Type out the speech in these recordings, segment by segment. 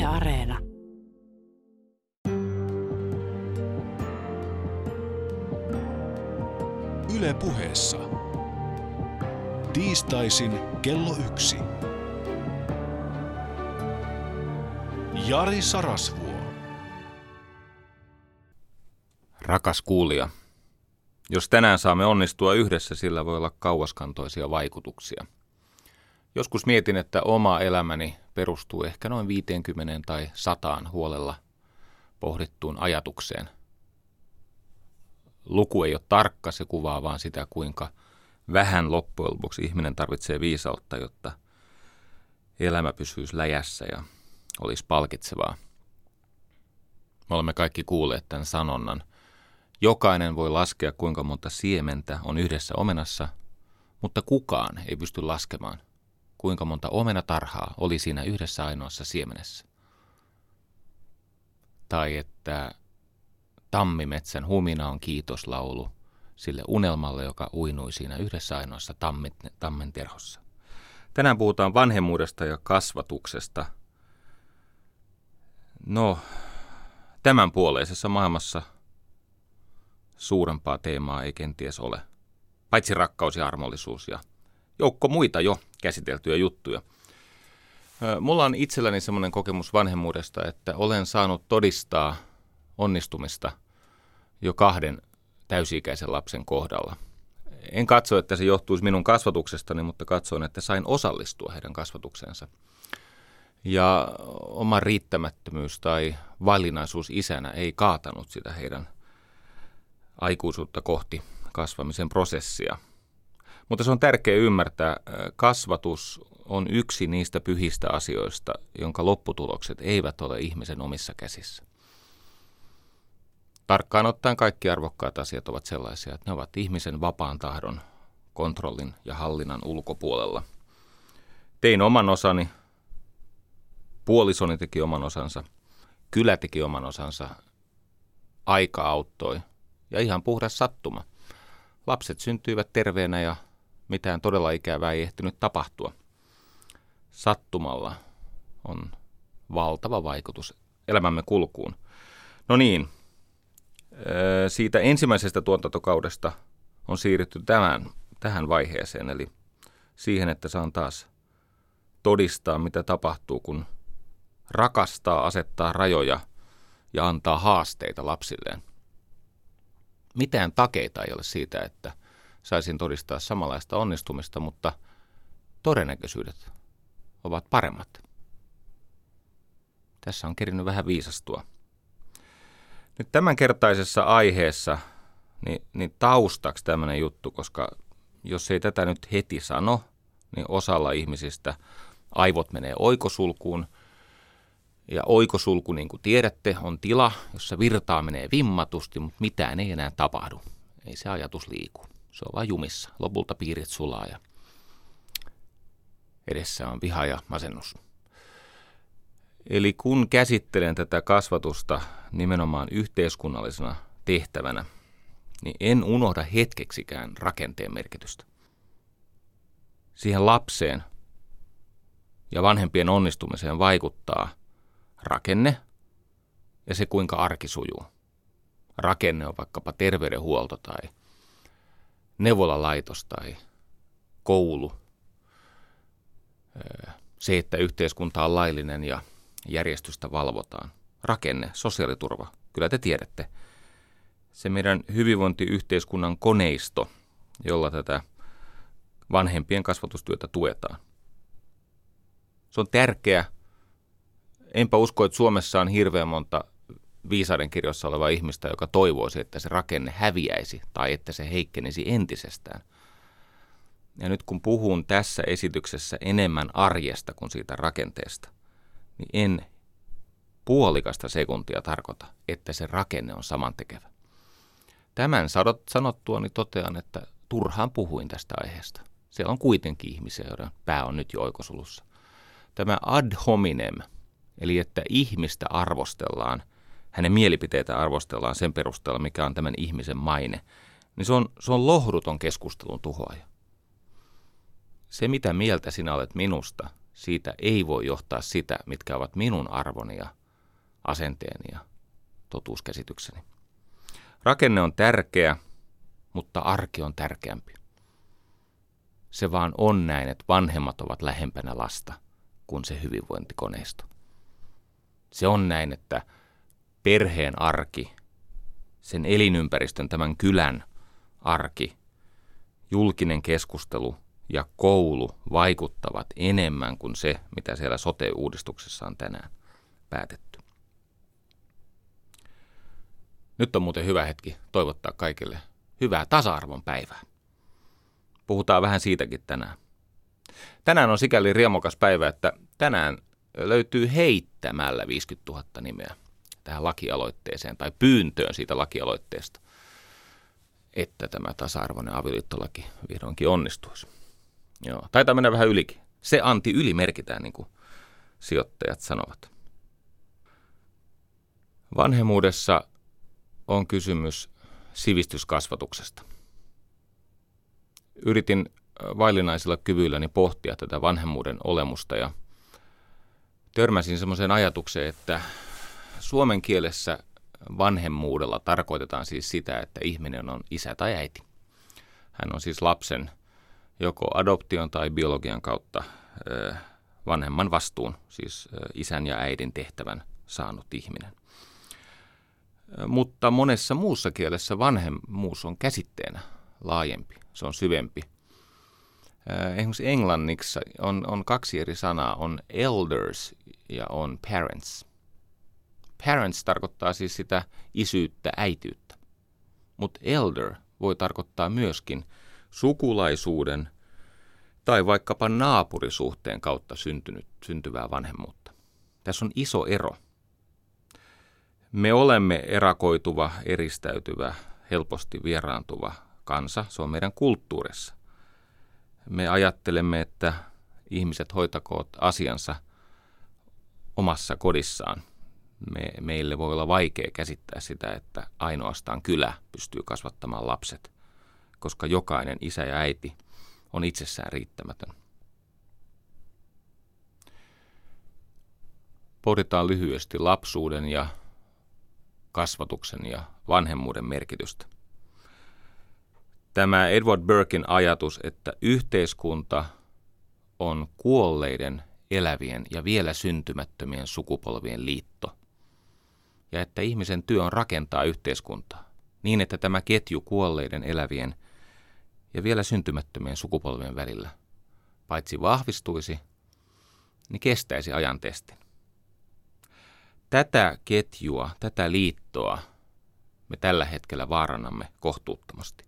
Areena. Yle Puheessa. Tiistaisin kello 1. Jari Sarasvuo. Rakas kuulija, jos tänään saamme onnistua yhdessä, sillä voi olla kauaskantoisia vaikutuksia. Joskus mietin, että oma elämäni perustuu ehkä noin 50 tai 100 huolella pohdittuun ajatukseen. Luku ei ole tarkka, se kuvaa vaan sitä, kuinka vähän loppujen lopuksi ihminen tarvitsee viisautta, jotta elämä pysyisi läjässä ja olisi palkitsevaa. Me olemme kaikki kuulleet tämän sanonnan. Jokainen voi laskea, kuinka monta siementä on yhdessä omenassa, mutta kukaan ei pysty laskemaan, kuinka monta omenatarhaa oli siinä yhdessä ainoassa siemenessä. Tai että tammimetsän humina on kiitoslaulu sille unelmalle, joka uinui siinä yhdessä ainoassa tammenterhossa. Tänään puhutaan vanhemmuudesta ja kasvatuksesta. No, tämänpuoleisessa maailmassa suurempaa teemaa ei kenties ole. Paitsi rakkaus ja armollisuus ja joukko muita jo käsiteltyjä juttuja. Mulla on itselläni semmoinen kokemus vanhemmuudesta, että olen saanut todistaa onnistumista jo 2 täysi-ikäisen lapsen kohdalla. En katso, että se johtuisi minun kasvatuksestani, mutta katsoin, että sain osallistua heidän kasvatukseensa. Ja oma riittämättömyys tai valinnaisuus isänä ei kaatanut sitä heidän aikuisuutta kohti kasvamisen prosessia. Mutta se on tärkeää ymmärtää, kasvatus on yksi niistä pyhistä asioista, jonka lopputulokset eivät ole ihmisen omissa käsissä. Tarkkaan ottaen kaikki arvokkaat asiat ovat sellaisia, että ne ovat ihmisen vapaan tahdon, kontrollin ja hallinnan ulkopuolella. Tein oman osani, puolisoni teki oman osansa, kylä teki oman osansa, aika auttoi ja ihan puhdas sattuma. Lapset syntyivät terveenä ja mitään todella ikävää ei ehtinyt tapahtua. Sattumalla on valtava vaikutus elämämme kulkuun. No niin, siitä ensimmäisestä tuotantokaudesta on siirrytty tähän vaiheeseen, eli siihen, että saan taas todistaa, mitä tapahtuu, kun rakastaa, asettaa rajoja ja antaa haasteita lapsilleen. Mitään takeita ei ole siitä, että saisin todistaa samanlaista onnistumista, mutta todennäköisyydet ovat paremmat. Tässä on kerinyt vähän viisastua. Nyt tämänkertaisessa aiheessa niin taustaksi tämmöinen juttu, koska jos ei tätä nyt heti sano, niin osalla ihmisistä aivot menee oikosulkuun. Ja oikosulku, niin kuin tiedätte, on tila, jossa virtaa menee vimmatusti, mutta mitään ei enää tapahdu. Ei se ajatus liiku. Se on vaan jumissa. Lopulta piirit sulaa ja edessä on viha ja masennus. Eli kun käsittelen tätä kasvatusta nimenomaan yhteiskunnallisena tehtävänä, niin en unohda hetkeksikään rakenteen merkitystä. Siihen lapseen ja vanhempien onnistumiseen vaikuttaa rakenne ja se, kuinka arki sujuu. Rakenne on vaikkapa terveydenhuolto tai neuvolalaitos tai koulu. Se, että yhteiskunta on laillinen ja järjestystä valvotaan. Rakenne, sosiaaliturva, kyllä te tiedätte. Se meidän hyvinvointiyhteiskunnan koneisto, jolla tätä vanhempien kasvatustyötä tuetaan. Se on tärkeä. Enpä usko, että Suomessa on hirveän monta viisauden kirjoissa olevaa ihmistä, joka toivoisi, että se rakenne häviäisi tai että se heikkenisi entisestään. Ja nyt kun puhun tässä esityksessä enemmän arjesta kuin siitä rakenteesta, niin en puolikasta sekuntia tarkoita, että se rakenne on samantekevä. Tämän sanottuani totean, että turhaan puhuin tästä aiheesta. Siellä on kuitenkin ihmisiä, joiden pää on nyt jo oikosulussa. Tämä ad hominem, eli että ihmistä arvostellaan, hänen mielipiteitä arvostellaan sen perusteella, mikä on tämän ihmisen maine, niin se on lohduton keskustelun tuhoaja. Se, mitä mieltä sinä olet minusta, siitä ei voi johtaa sitä, mitkä ovat minun arvoni ja asenteeni ja totuuskäsitykseni. Rakenne on tärkeä, mutta arki on tärkeämpi. Se vaan on näin, että vanhemmat ovat lähempänä lasta kuin se hyvinvointikoneisto. Se on näin, että perheen arki, sen elinympäristön, tämän kylän arki, julkinen keskustelu ja koulu vaikuttavat enemmän kuin se, mitä siellä sote-uudistuksessa on tänään päätetty. Nyt on muuten hyvä hetki toivottaa kaikille hyvää tasa-arvon päivää. Puhutaan vähän siitäkin tänään. Tänään on sikäli riemokas päivä, että tänään löytyy heittämällä 50 000 nimeä tähän lakialoitteeseen tai pyyntöön siitä lakialoitteesta, että tämä tasa-arvoinen avioliittolaki vihdoinkin onnistuisi. Joo, taitaa mennä vähän ylikin. Se anti yli merkitään, niin kuin sijoittajat sanovat. Vanhemmuudessa on kysymys sivistyskasvatuksesta. Yritin vaillinaisilla kyvyilläni pohtia tätä vanhemmuuden olemusta ja törmäsin semmoiseen ajatukseen, että suomen kielessä vanhemmuudella tarkoitetaan siis sitä, että ihminen on isä tai äiti. Hän on siis lapsen joko adoption tai biologian kautta vanhemman vastuun, siis isän ja äidin tehtävän saanut ihminen. Mutta monessa muussa kielessä vanhemmuus on käsitteenä laajempi, se on syvempi. Esimerkiksi englanniksi on kaksi eri sanaa, on elders ja on parents. Parents tarkoittaa siis sitä isyyttä, äitiyttä, mutta elder voi tarkoittaa myöskin sukulaisuuden tai vaikkapa naapurisuhteen kautta syntyvää vanhemmuutta. Tässä on iso ero. Me olemme erakoituva, eristäytyvä, helposti vieraantuva kansa. Se on meidän kulttuurissa. Me ajattelemme, että ihmiset hoitakoot asiansa omassa kodissaan. Meille voi olla vaikea käsittää sitä, että ainoastaan kylä pystyy kasvattamaan lapset, koska jokainen isä ja äiti on itsessään riittämätön. Pohditaan lyhyesti lapsuuden ja kasvatuksen ja vanhemmuuden merkitystä. Tämä Edward Burken ajatus, että yhteiskunta on kuolleiden, elävien ja vielä syntymättömien sukupolvien liitto, ja että ihmisen työ on rakentaa yhteiskuntaa niin, että tämä ketju kuolleiden, elävien ja vielä syntymättömien sukupolvien välillä paitsi vahvistuisi, niin kestäisi ajan testin. Tätä ketjua, tätä liittoa me tällä hetkellä vaarannamme kohtuuttomasti.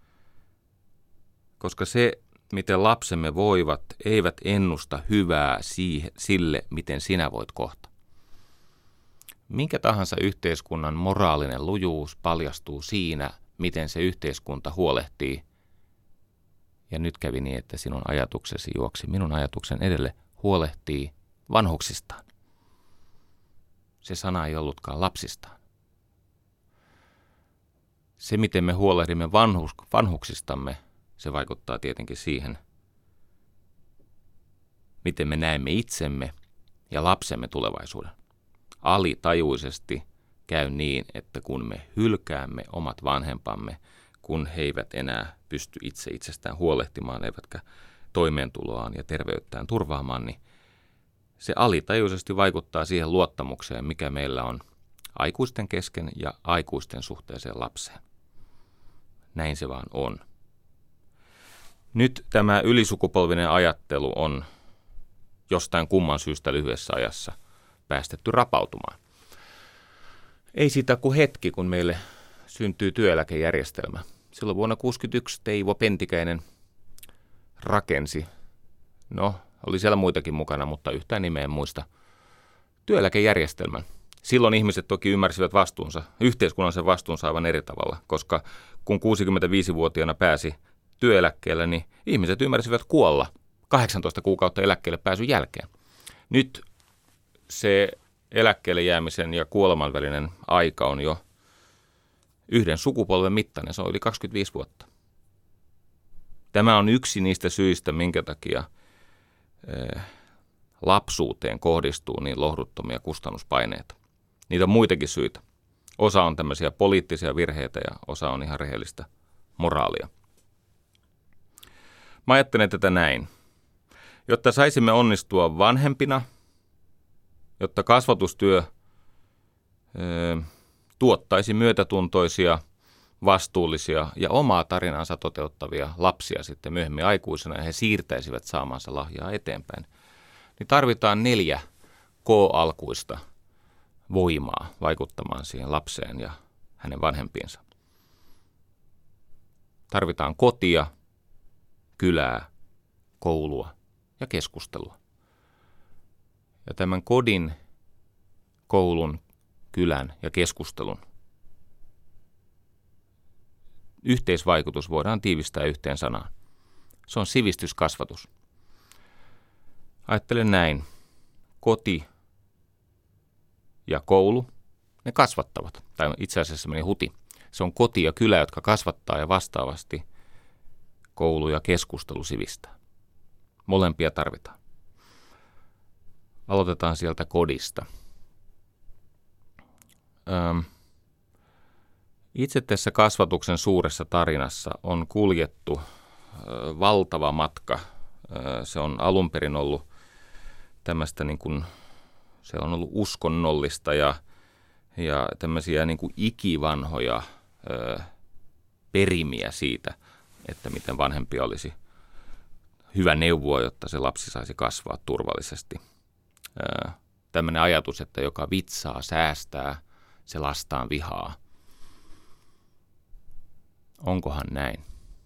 Koska se, miten lapsemme voivat, eivät ennusta hyvää sille, miten sinä voit kohta. Minkä tahansa yhteiskunnan moraalinen lujuus paljastuu siinä, miten se yhteiskunta huolehtii. Ja nyt kävi niin, että sinun ajatuksesi juoksi minun ajatuksen edelle, huolehtii vanhuksistaan. Se sana ei ollutkaan lapsistaan. Se, miten me huolehdimme vanhuksistamme, se vaikuttaa tietenkin siihen, miten me näemme itsemme ja lapsemme tulevaisuuden. Alitajuisesti käy niin, että kun me hylkäämme omat vanhempamme, kun he eivät enää pysty itsestään huolehtimaan, eivätkä toimeentuloaan ja terveyttään turvaamaan, niin se alitajuisesti vaikuttaa siihen luottamukseen, mikä meillä on aikuisten kesken ja aikuisten suhteeseen lapseen. Näin se vaan on. Nyt tämä ylisukupolvinen ajattelu on jostain kumman syystä lyhyessä ajassa päästetty rapautumaan. Ei siitä kuin hetki, kun meille syntyy työeläkejärjestelmä. Silloin vuonna 1961 Teivo Pentikäinen rakensi, oli siellä muitakin mukana, mutta yhtään nimeä en muista, työeläkejärjestelmän. Silloin ihmiset toki ymmärsivät vastuunsa, yhteiskunnallisen vastuunsa aivan eri tavalla, koska kun 65-vuotiaana pääsi työeläkkeelle, niin ihmiset ymmärsivät kuolla 18 kuukautta eläkkeelle pääsyn jälkeen. Nyt se eläkkeelle jäämisen ja kuoleman välinen aika on jo yhden sukupolven mittainen, se on yli 25 vuotta. Tämä on yksi niistä syistä, minkä takia lapsuuteen kohdistuu niin lohduttomia kustannuspaineita. Niitä on muitakin syitä. Osa on tämmöisiä poliittisia virheitä ja osa on ihan rehellistä moraalia. Mä ajattelen tätä näin. Jotta saisimme onnistua vanhempina, jotta kasvatustyö tuottaisi myötätuntoisia, vastuullisia ja omaa tarinansa toteuttavia lapsia sitten myöhemmin aikuisena ja he siirtäisivät saamansa lahjaa eteenpäin, niin tarvitaan 4 K-alkuista voimaa vaikuttamaan siihen lapseen ja hänen vanhempiinsa. Tarvitaan kotia, kylää, koulua ja keskustelua. Ja tämän kodin, koulun, kylän ja keskustelun yhteisvaikutus voidaan tiivistää yhteen sanaan. Se on sivistyskasvatus. Ajattelen näin. Koti ja koulu, ne kasvattavat. Tai itse asiassa meni huti. Se on koti ja kylä, jotka kasvattaa ja vastaavasti koulu ja keskustelu sivistää. Molempia tarvitaan. Aloitetaan sieltä kodista. Itse tässä kasvatuksen suuressa tarinassa on kuljettu valtava matka. Se on alun perin ollut tämmöistä niin kuin, se on ollut uskonnollista ja tämmöisiä niin kuin ikivanhoja perimiä siitä, että miten vanhempia olisi hyvä neuvoa, jotta se lapsi saisi kasvaa turvallisesti. Tämmöinen ajatus, että joka vitsaa, säästää, se lastaan vihaa. Onkohan näin?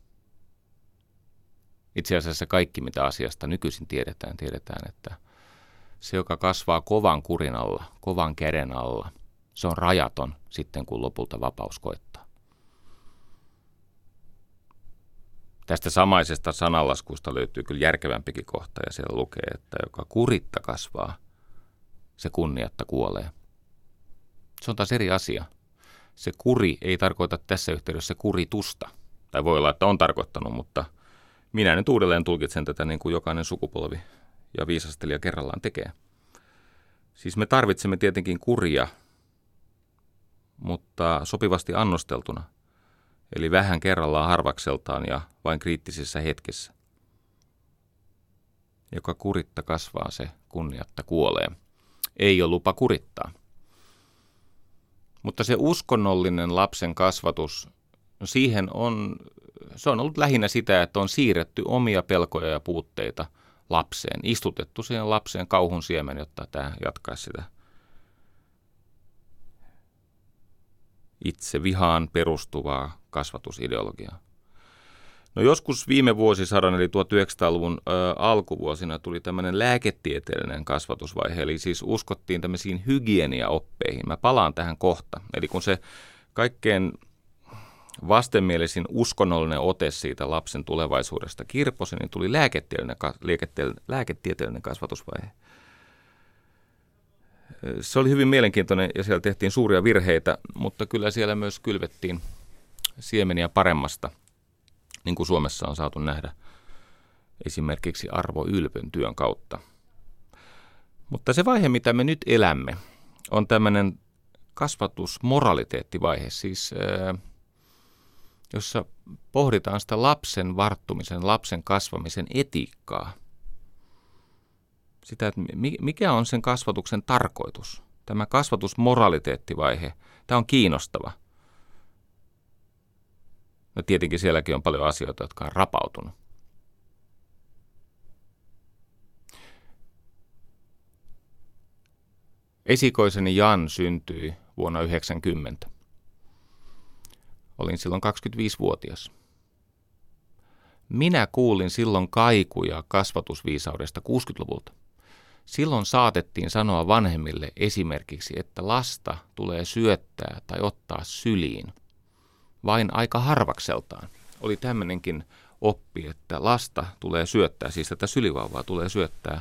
Itse asiassa kaikki, mitä asiasta nykyisin tiedetään, että se, joka kasvaa kovan kurin alla, kovan käden alla, se on rajaton sitten, kun lopulta vapaus koittaa. Tästä samaisesta sananlaskusta löytyy kyllä järkevämpikin kohta, ja siellä lukee, että joka kuritta kasvaa, se kunniatta kuolee. Se on taas eri asia. Se kuri ei tarkoita tässä yhteydessä kuritusta. Tai voi olla, että on tarkoittanut, mutta minä nyt uudelleen tulkitsen tätä niin kuin jokainen sukupolvi ja viisastelija kerrallaan tekee. Siis me tarvitsemme tietenkin kuria, mutta sopivasti annosteltuna. Eli vähän kerrallaan harvakseltaan ja vain kriittisissä hetkissä. Joka kuritta kasvaa, se kunniatta kuolee. Ei ole lupa kurittaa. Mutta se uskonnollinen lapsen kasvatus, se on ollut lähinnä sitä, että on siirretty omia pelkoja ja puutteita lapseen. Istutettu siihen lapseen kauhun siemen, jotta tämä jatkaisi sitä itse vihaan perustuvaa kasvatusideologiaa. No joskus viime vuosisadan, eli 1900-luvun alkuvuosina, tuli tämmöinen lääketieteellinen kasvatusvaihe, eli siis uskottiin tämmöisiin hygieniaoppeihin. Mä palaan tähän kohta. Eli kun se kaikkein vastenmielisin uskonnollinen ote siitä lapsen tulevaisuudesta kirposi, niin tuli lääketieteellinen kasvatusvaihe. Se oli hyvin mielenkiintoinen ja siellä tehtiin suuria virheitä, mutta kyllä siellä myös kylvettiin siemeniä paremmasta, niin kuin Suomessa on saatu nähdä esimerkiksi Arvo Ylpön työn kautta. Mutta se vaihe, mitä me nyt elämme, on tämmöinen kasvatusmoraliteettivaihe, siis jossa pohditaan sitä lapsen varttumisen, lapsen kasvamisen etiikkaa. Sitä, että mikä on sen kasvatuksen tarkoitus. Tämä kasvatusmoraliteettivaihe, tämä on kiinnostava. No tietenkin sielläkin on paljon asioita, jotka on rapautunut. Esikoiseni Jan syntyi vuonna 1990. Olin silloin 25-vuotias. Minä kuulin silloin kaikuja kasvatusviisaudesta 60-luvulta. Silloin saatettiin sanoa vanhemmille esimerkiksi, että lasta tulee syöttää tai ottaa syliin. Vain aika harvakseltaan. Oli tämmöinenkin oppi, että lasta tulee syöttää, siis tätä sylivauvaa tulee syöttää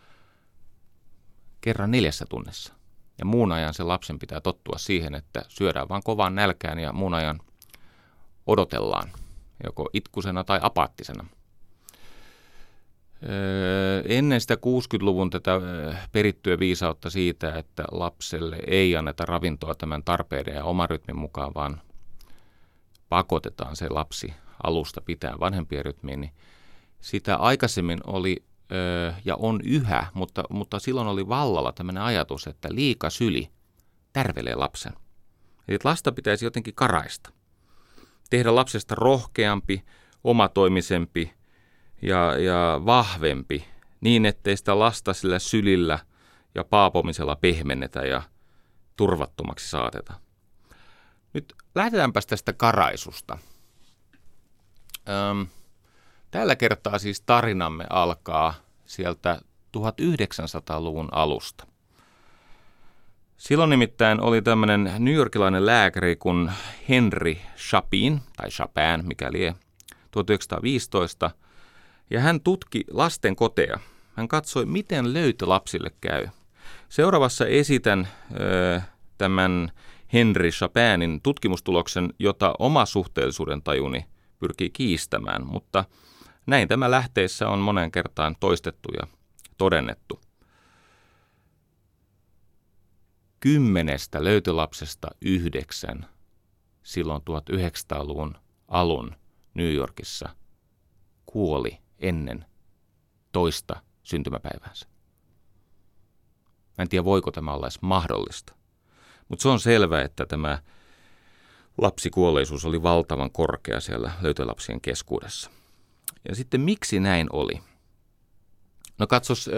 kerran 4 tunnissa. Ja muun ajan sen lapsen pitää tottua siihen, että syödään vaan kovaan nälkään ja muun ajan odotellaan, joko itkusena tai apaattisena. Ennen sitä 60-luvun tätä perittyä viisautta siitä, että lapselle ei anneta ravintoa tämän tarpeiden ja oman rytmin mukaan, vaan pakotetaan se lapsi alusta pitää vanhempien rytmiin, niin sitä aikaisemmin oli ja on yhä, mutta silloin oli vallalla tämmöinen ajatus, että liika syli tärvelee lapsen. Eli lasta pitäisi jotenkin karaista. Tehdä lapsesta rohkeampi, omatoimisempi ja vahvempi niin, ettei sitä lasta sillä sylillä ja paapomisella pehmennetä ja turvattomaksi saateta. Nyt lähdetäänpäs tästä karaisusta. Tällä kertaa siis tarinamme alkaa sieltä 1900-luvun alusta. Silloin nimittäin oli tämmöinen newyorkilainen lääkäri kuin Henry Chapin, tai Chapin, mikä lie, 1915, ja hän tutki lasten koteja. Hän katsoi, miten löytölapsille käy. Seuraavassa esitän tämän Henry Chapinin tutkimustuloksen, jota oma suhteellisuuden tajuni pyrkii kiistämään, mutta näin tämä lähteissä on monen kertaan toistettu ja todennettu. 10 löytölapsesta 9 silloin 1900-luvun alun New Yorkissa kuoli ennen toista syntymäpäiväänsä. Mä en tiedä, voiko tämä olla edes mahdollista, mutta se on selvää, että tämä lapsikuolleisuus oli valtavan korkea siellä löytölapsien keskuudessa. Ja sitten miksi näin oli? No katsos,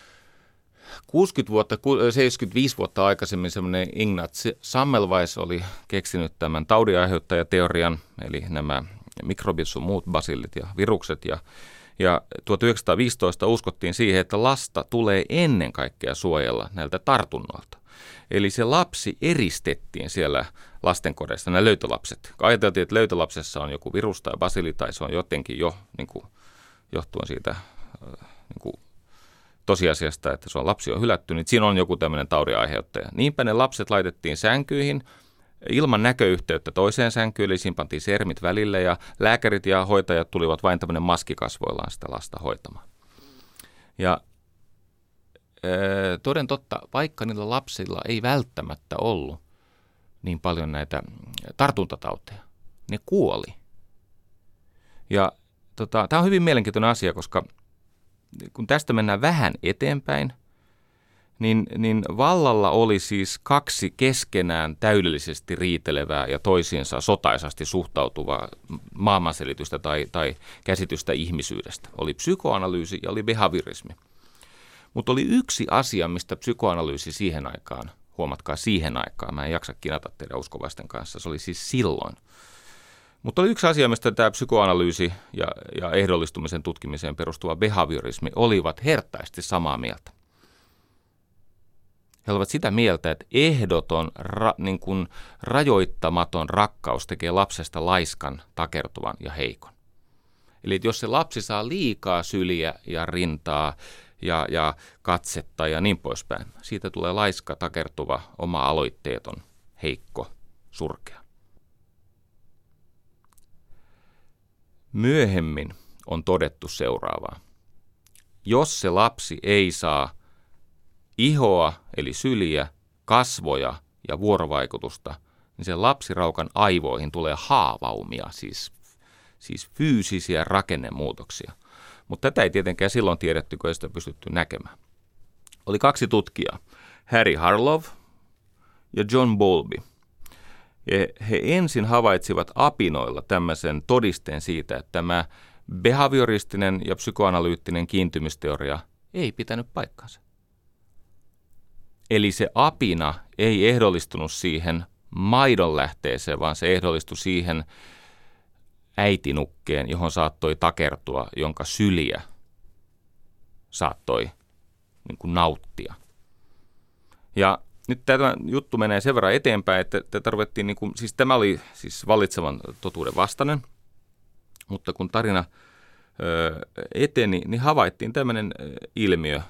75 vuotta aikaisemmin semmoinen Ignaz Semmelweis oli keksinyt tämän taudinaiheuttajateorian, eli nämä mikrobit sun muut basillit ja virukset. Ja 1915 uskottiin siihen, että lasta tulee ennen kaikkea suojella näiltä tartunnoilta. Eli se lapsi eristettiin siellä lastenkodeissa, nämä löytölapset. Ajateltiin, että löytölapsessa on joku virus tai basilli, tai se on jotenkin jo niin kuin, johtuen siitä niin kuin, tosiasiasta, että se on lapsi on hylätty, niin siinä on joku tämmöinen taudinaiheuttaja. Niinpä ne lapset laitettiin sänkyihin ilman näköyhteyttä toiseen sänkyyn, eli siinä pantiin sermit välille, ja lääkärit ja hoitajat tulivat vain tämmöinen maskikasvoillaan sitä lasta hoitamaan. Ja toden totta, vaikka niillä lapsilla ei välttämättä ollut niin paljon näitä tartuntatauteja, ne kuoli. Ja tämä on hyvin mielenkiintoinen asia, koska kun tästä mennään vähän eteenpäin, niin vallalla oli siis 2 keskenään täydellisesti riitelevää ja toisiinsa sotaisasti suhtautuvaa maailmanselitystä tai käsitystä ihmisyydestä. Oli psykoanalyysi ja oli behaviorismi. Mutta oli yksi asia, mistä psykoanalyysi siihen aikaan, huomatkaa siihen aikaan, mä en jaksa kinata teidän uskovaisten kanssa, se oli siis silloin. Mutta oli yksi asia, mistä tämä psykoanalyysi ja ehdollistumisen tutkimiseen perustuva behaviorismi olivat herttaisesti samaa mieltä. He olivat sitä mieltä, että ehdoton, niin kuin rajoittamaton rakkaus tekee lapsesta laiskan, takertuvan ja heikon. Eli että jos se lapsi saa liikaa syliä ja rintaa ja katsetta ja niin poispäin, siitä tulee laiska, takertuva, oma-aloitteeton, heikko, surkea. Myöhemmin on todettu seuraavaa. Jos se lapsi ei saa ihoa, eli syliä, kasvoja ja vuorovaikutusta, niin sen lapsiraukan aivoihin tulee haavaumia, siis fyysisiä rakennemuutoksia. Mutta tätä ei tietenkään silloin tiedetty, kun ei sitä pystytty näkemään. Oli 2 tutkijaa, Harry Harlow ja John Bowlby. He ensin havaitsivat apinoilla tämmöisen todisteen siitä, että tämä behavioristinen ja psykoanalyyttinen kiintymysteoria ei pitänyt paikkaansa. Eli se apina ei ehdollistunut siihen maidon lähteeseen, vaan se ehdollistui siihen äitinukkeen, johon saattoi takertua, jonka syliä saattoi niin kuin nauttia. Ja nyt tämä juttu menee sen verran eteenpäin, että tätä ruvettiin, niin kuin, siis tämä oli siis vallitsevan totuuden vastainen, mutta kun tarina eteni, niin havaittiin tämmöinen ilmiö.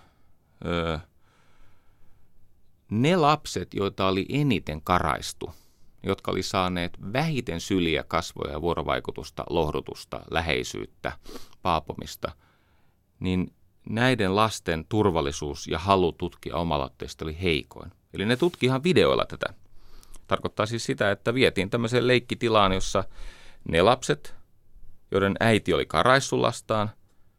Ne lapset, joita oli eniten karaistu, jotka oli saaneet vähiten syliä, kasvoja, vuorovaikutusta, lohdutusta, läheisyyttä, paapomista, niin näiden lasten turvallisuus ja halu tutkia oma-aloitteisesti oli heikoin. Eli ne tutki ihan videoilla tätä. Tarkoittaa siis sitä, että vietiin tämmöiseen leikkitilaan, jossa ne lapset, joiden äiti oli karaissut lastaan,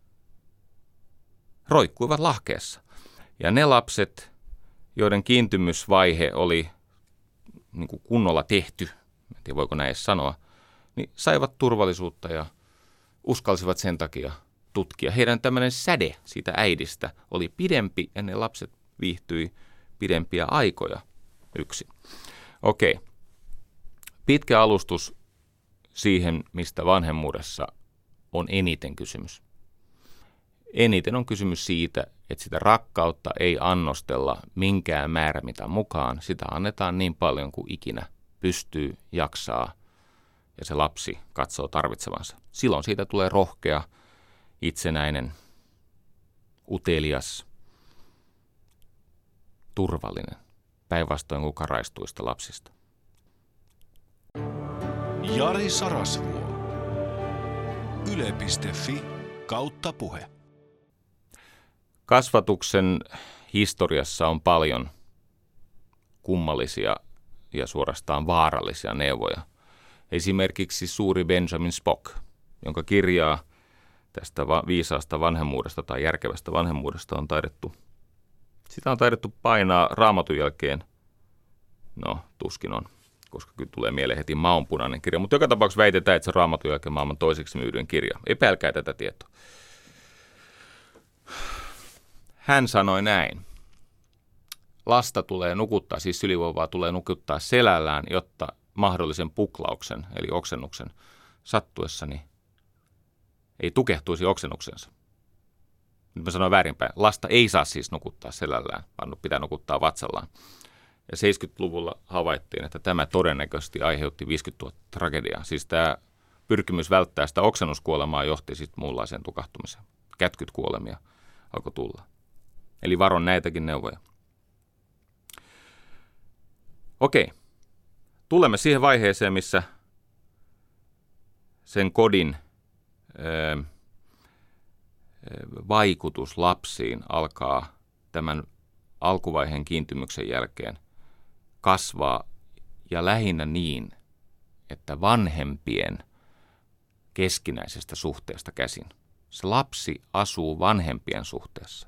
roikkuivat lahkeessa. Ja ne lapset, joiden kiintymysvaihe oli niin kuin kunnolla tehty, en tiedä voiko näin edes sanoa, niin saivat turvallisuutta ja uskalsivat sen takia tutkia. Heidän tämmöinen säde siitä äidistä oli pidempi ja ne lapset viihtyi pidempiä aikoja yksin. Okei. Pitkä alustus siihen, mistä vanhemmuudessa on eniten kysymys. Eniten on kysymys siitä, että sitä rakkautta ei annostella minkään määrämitan mukaan. Sitä annetaan niin paljon kuin ikinä pystyy, jaksaa ja se lapsi katsoo tarvitsevansa. Silloin siitä tulee rohkea, itsenäinen, utelias, turvallinen, päinvastoin kuin karaistuista lapsista. Jari Sarasvuo. Yle.fi/puhe. Kasvatuksen historiassa on paljon kummallisia ja suorastaan vaarallisia neuvoja. Esimerkiksi suuri Benjamin Spock, jonka kirjaa tästä viisaasta vanhemmuudesta tai järkevästä vanhemmuudesta on taidettu painaa Raamatun jälkeen. No, tuskin on, koska kyllä tulee mieleen heti maunpunainen kirja. Mutta joka tapauksessa väitetään, että se Raamatun jälkeen maailman toiseksi myydyin kirja. Epäilkää tätä tietoa. Hän sanoi näin. Lasta tulee nukuttaa, siis sylivauvaa tulee nukuttaa selällään, jotta mahdollisen puklauksen, eli oksennuksen sattuessani ei tukehtuisi oksennuksensa. Nyt mä sanoin väärinpäin. Lasta ei saa siis nukuttaa selällään, vaan pitää nukuttaa vatsallaan. Ja 70-luvulla havaittiin, että tämä todennäköisesti aiheutti 50 000 tragediaa. Siis tämä pyrkimys välttää sitä oksennuskuolemaa johti sitten muunlaiseen tukahtumiseen. Kätkyt kuolemia alkoi tulla. Eli varon näitäkin neuvoja. Okei. Tulemme siihen vaiheeseen, missä sen kodin vaikutus lapsiin alkaa tämän alkuvaiheen kiintymyksen jälkeen kasvaa ja lähinnä niin, että vanhempien keskinäisestä suhteesta käsin. Se lapsi asuu vanhempien suhteessa.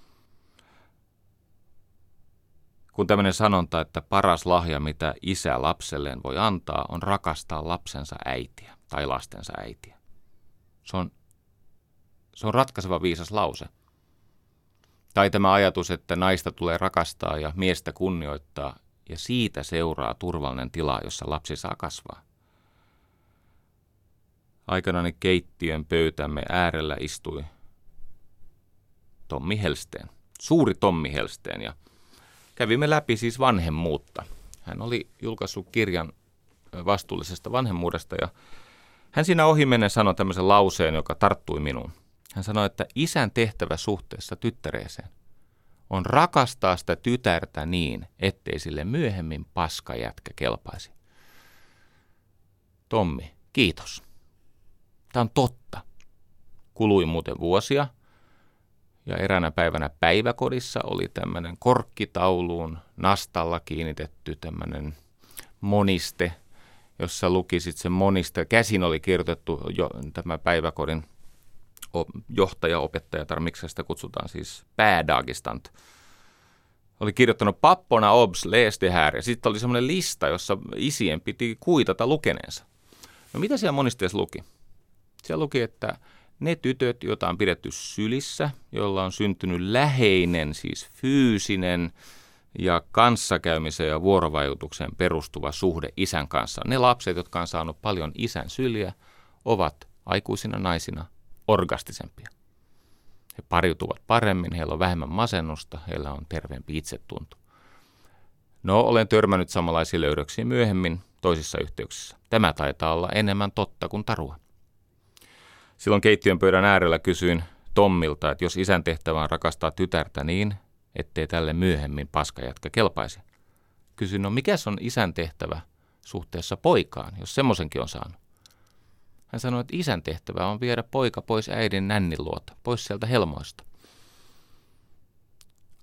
Kun tämmöinen sanonta, että paras lahja, mitä isä lapselleen voi antaa, on rakastaa lapsensa äitiä tai lastensa äitiä. Se on ratkaiseva viisas lause. Tai tämä ajatus, että naista tulee rakastaa ja miestä kunnioittaa, ja siitä seuraa turvallinen tila, jossa lapsi saa kasvaa. Aikanani keittiön pöytämme äärellä istui Tommi Hellsten, suuri Tommi Hellsten, ja kävimme läpi siis vanhemmuutta. Hän oli julkaissut kirjan vastuullisesta vanhemmuudesta, ja hän siinä ohimennen sanoi tämmöisen lauseen, joka tarttui minuun. Hän sanoi, että isän tehtävä suhteessa tyttäreeseen on rakastaa sitä tytärtä niin, ettei sille myöhemmin paskajätkä kelpaisi. Tommi, kiitos. Tämä on totta. Kului muuten vuosia, ja eräänä päivänä päiväkodissa oli tämmöinen korkkitauluun nastalla kiinnitetty tämmöinen moniste, jossa luki sitten se moniste. Käsin oli kirjoitettu jo tämä päiväkodin johtaja, opettaja, tai miksi sitä kutsutaan siis päädagistant. Oli kirjoittanut pappona obs, läs det här, ja sitten oli semmoinen lista, jossa isien piti kuitata lukeneensa. No mitä siellä monisteessa luki? Siellä luki, että ne tytöt, joita on pidetty sylissä, joilla on syntynyt läheinen, siis fyysinen ja kanssakäymiseen ja vuorovaikutukseen perustuva suhde isän kanssa. Ne lapset, jotka on saanut paljon isän syliä, ovat aikuisina naisina orgastisempia. He pariutuvat paremmin, heillä on vähemmän masennusta, heillä on terveempi itsetunto. No, olen törmännyt samanlaisiin löydöksiin myöhemmin toisissa yhteyksissä. Tämä taitaa olla enemmän totta kuin tarua. Silloin keittiön pöydän äärellä kysyin Tommilta, että jos isän tehtävä on rakastaa tytärtä niin, ettei tälle myöhemmin paskajätkä kelpaisi. Kysyin, no mikäs on isän tehtävä suhteessa poikaan, jos semmoisenkin on saanut? Hän sanoi, että isän tehtävä on viedä poika pois äidin nännin luota, pois sieltä helmoista.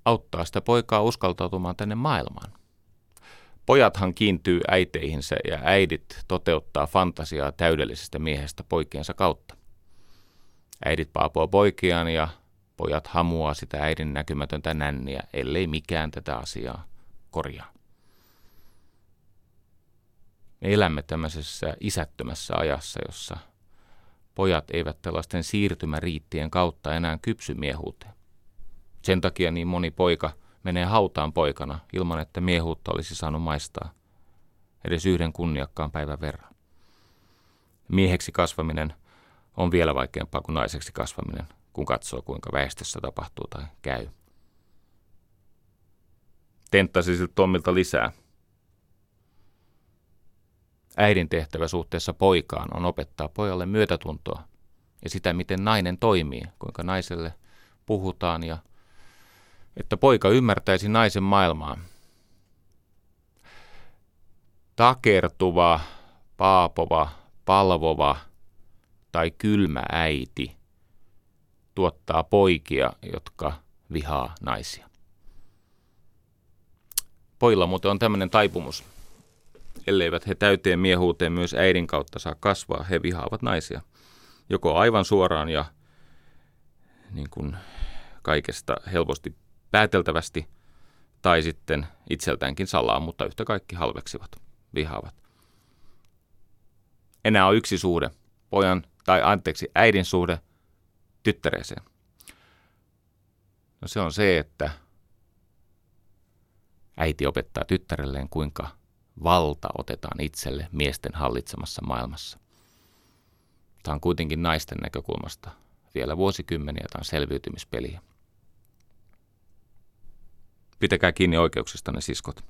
auttaa sitä poikaa uskaltautumaan tänne maailmaan. Pojathan kiintyy äiteihinsä ja äidit toteuttaa fantasiaa täydellisestä miehestä poikiensa kautta. Äidit paapoo poikiaan ja pojat hamuaa sitä äidin näkymätöntä nänniä, ellei mikään tätä asiaa korjaa. Me elämme tämmöisessä isättömässä ajassa, jossa pojat eivät tällaisten siirtymäriittien kautta enää kypsy miehuuteen. Sen takia niin moni poika menee hautaan poikana ilman, että miehuutta olisi saanut maistaa edes yhden kunniakkaan päivän verran. Mieheksi kasvaminen on vielä vaikeampaa kuin naiseksi kasvaminen, kun katsoo kuinka väestössä tapahtuu tai käy. Tenttasi siltä Tommilta lisää. Äidin tehtävä suhteessa poikaan on opettaa pojalle myötätuntoa ja sitä, miten nainen toimii, kuinka naiselle puhutaan ja että poika ymmärtäisi naisen maailmaa. Takertuva, paapova, palvova tai kylmä äiti tuottaa poikia, jotka vihaa naisia. Pojilla muuten on tämmöinen taipumus. Elleivät he täyteen miehuuteen myös äidin kautta saa kasvaa, he vihaavat naisia. Joko aivan suoraan ja niin kuin kaikesta helposti pääteltävästi, tai sitten itseltäänkin salaa, mutta yhtä kaikki halveksivat, vihaavat. Enää on yksi suhde, äidin suhde tyttäreeseen. No se on se, että äiti opettaa tyttärelleen, kuinka valta otetaan itselle miesten hallitsemassa maailmassa. Tämä on kuitenkin naisten näkökulmasta vielä vuosikymmeniä, tämä on selviytymispeliä. Pitäkää kiinni oikeuksistanne, siskot.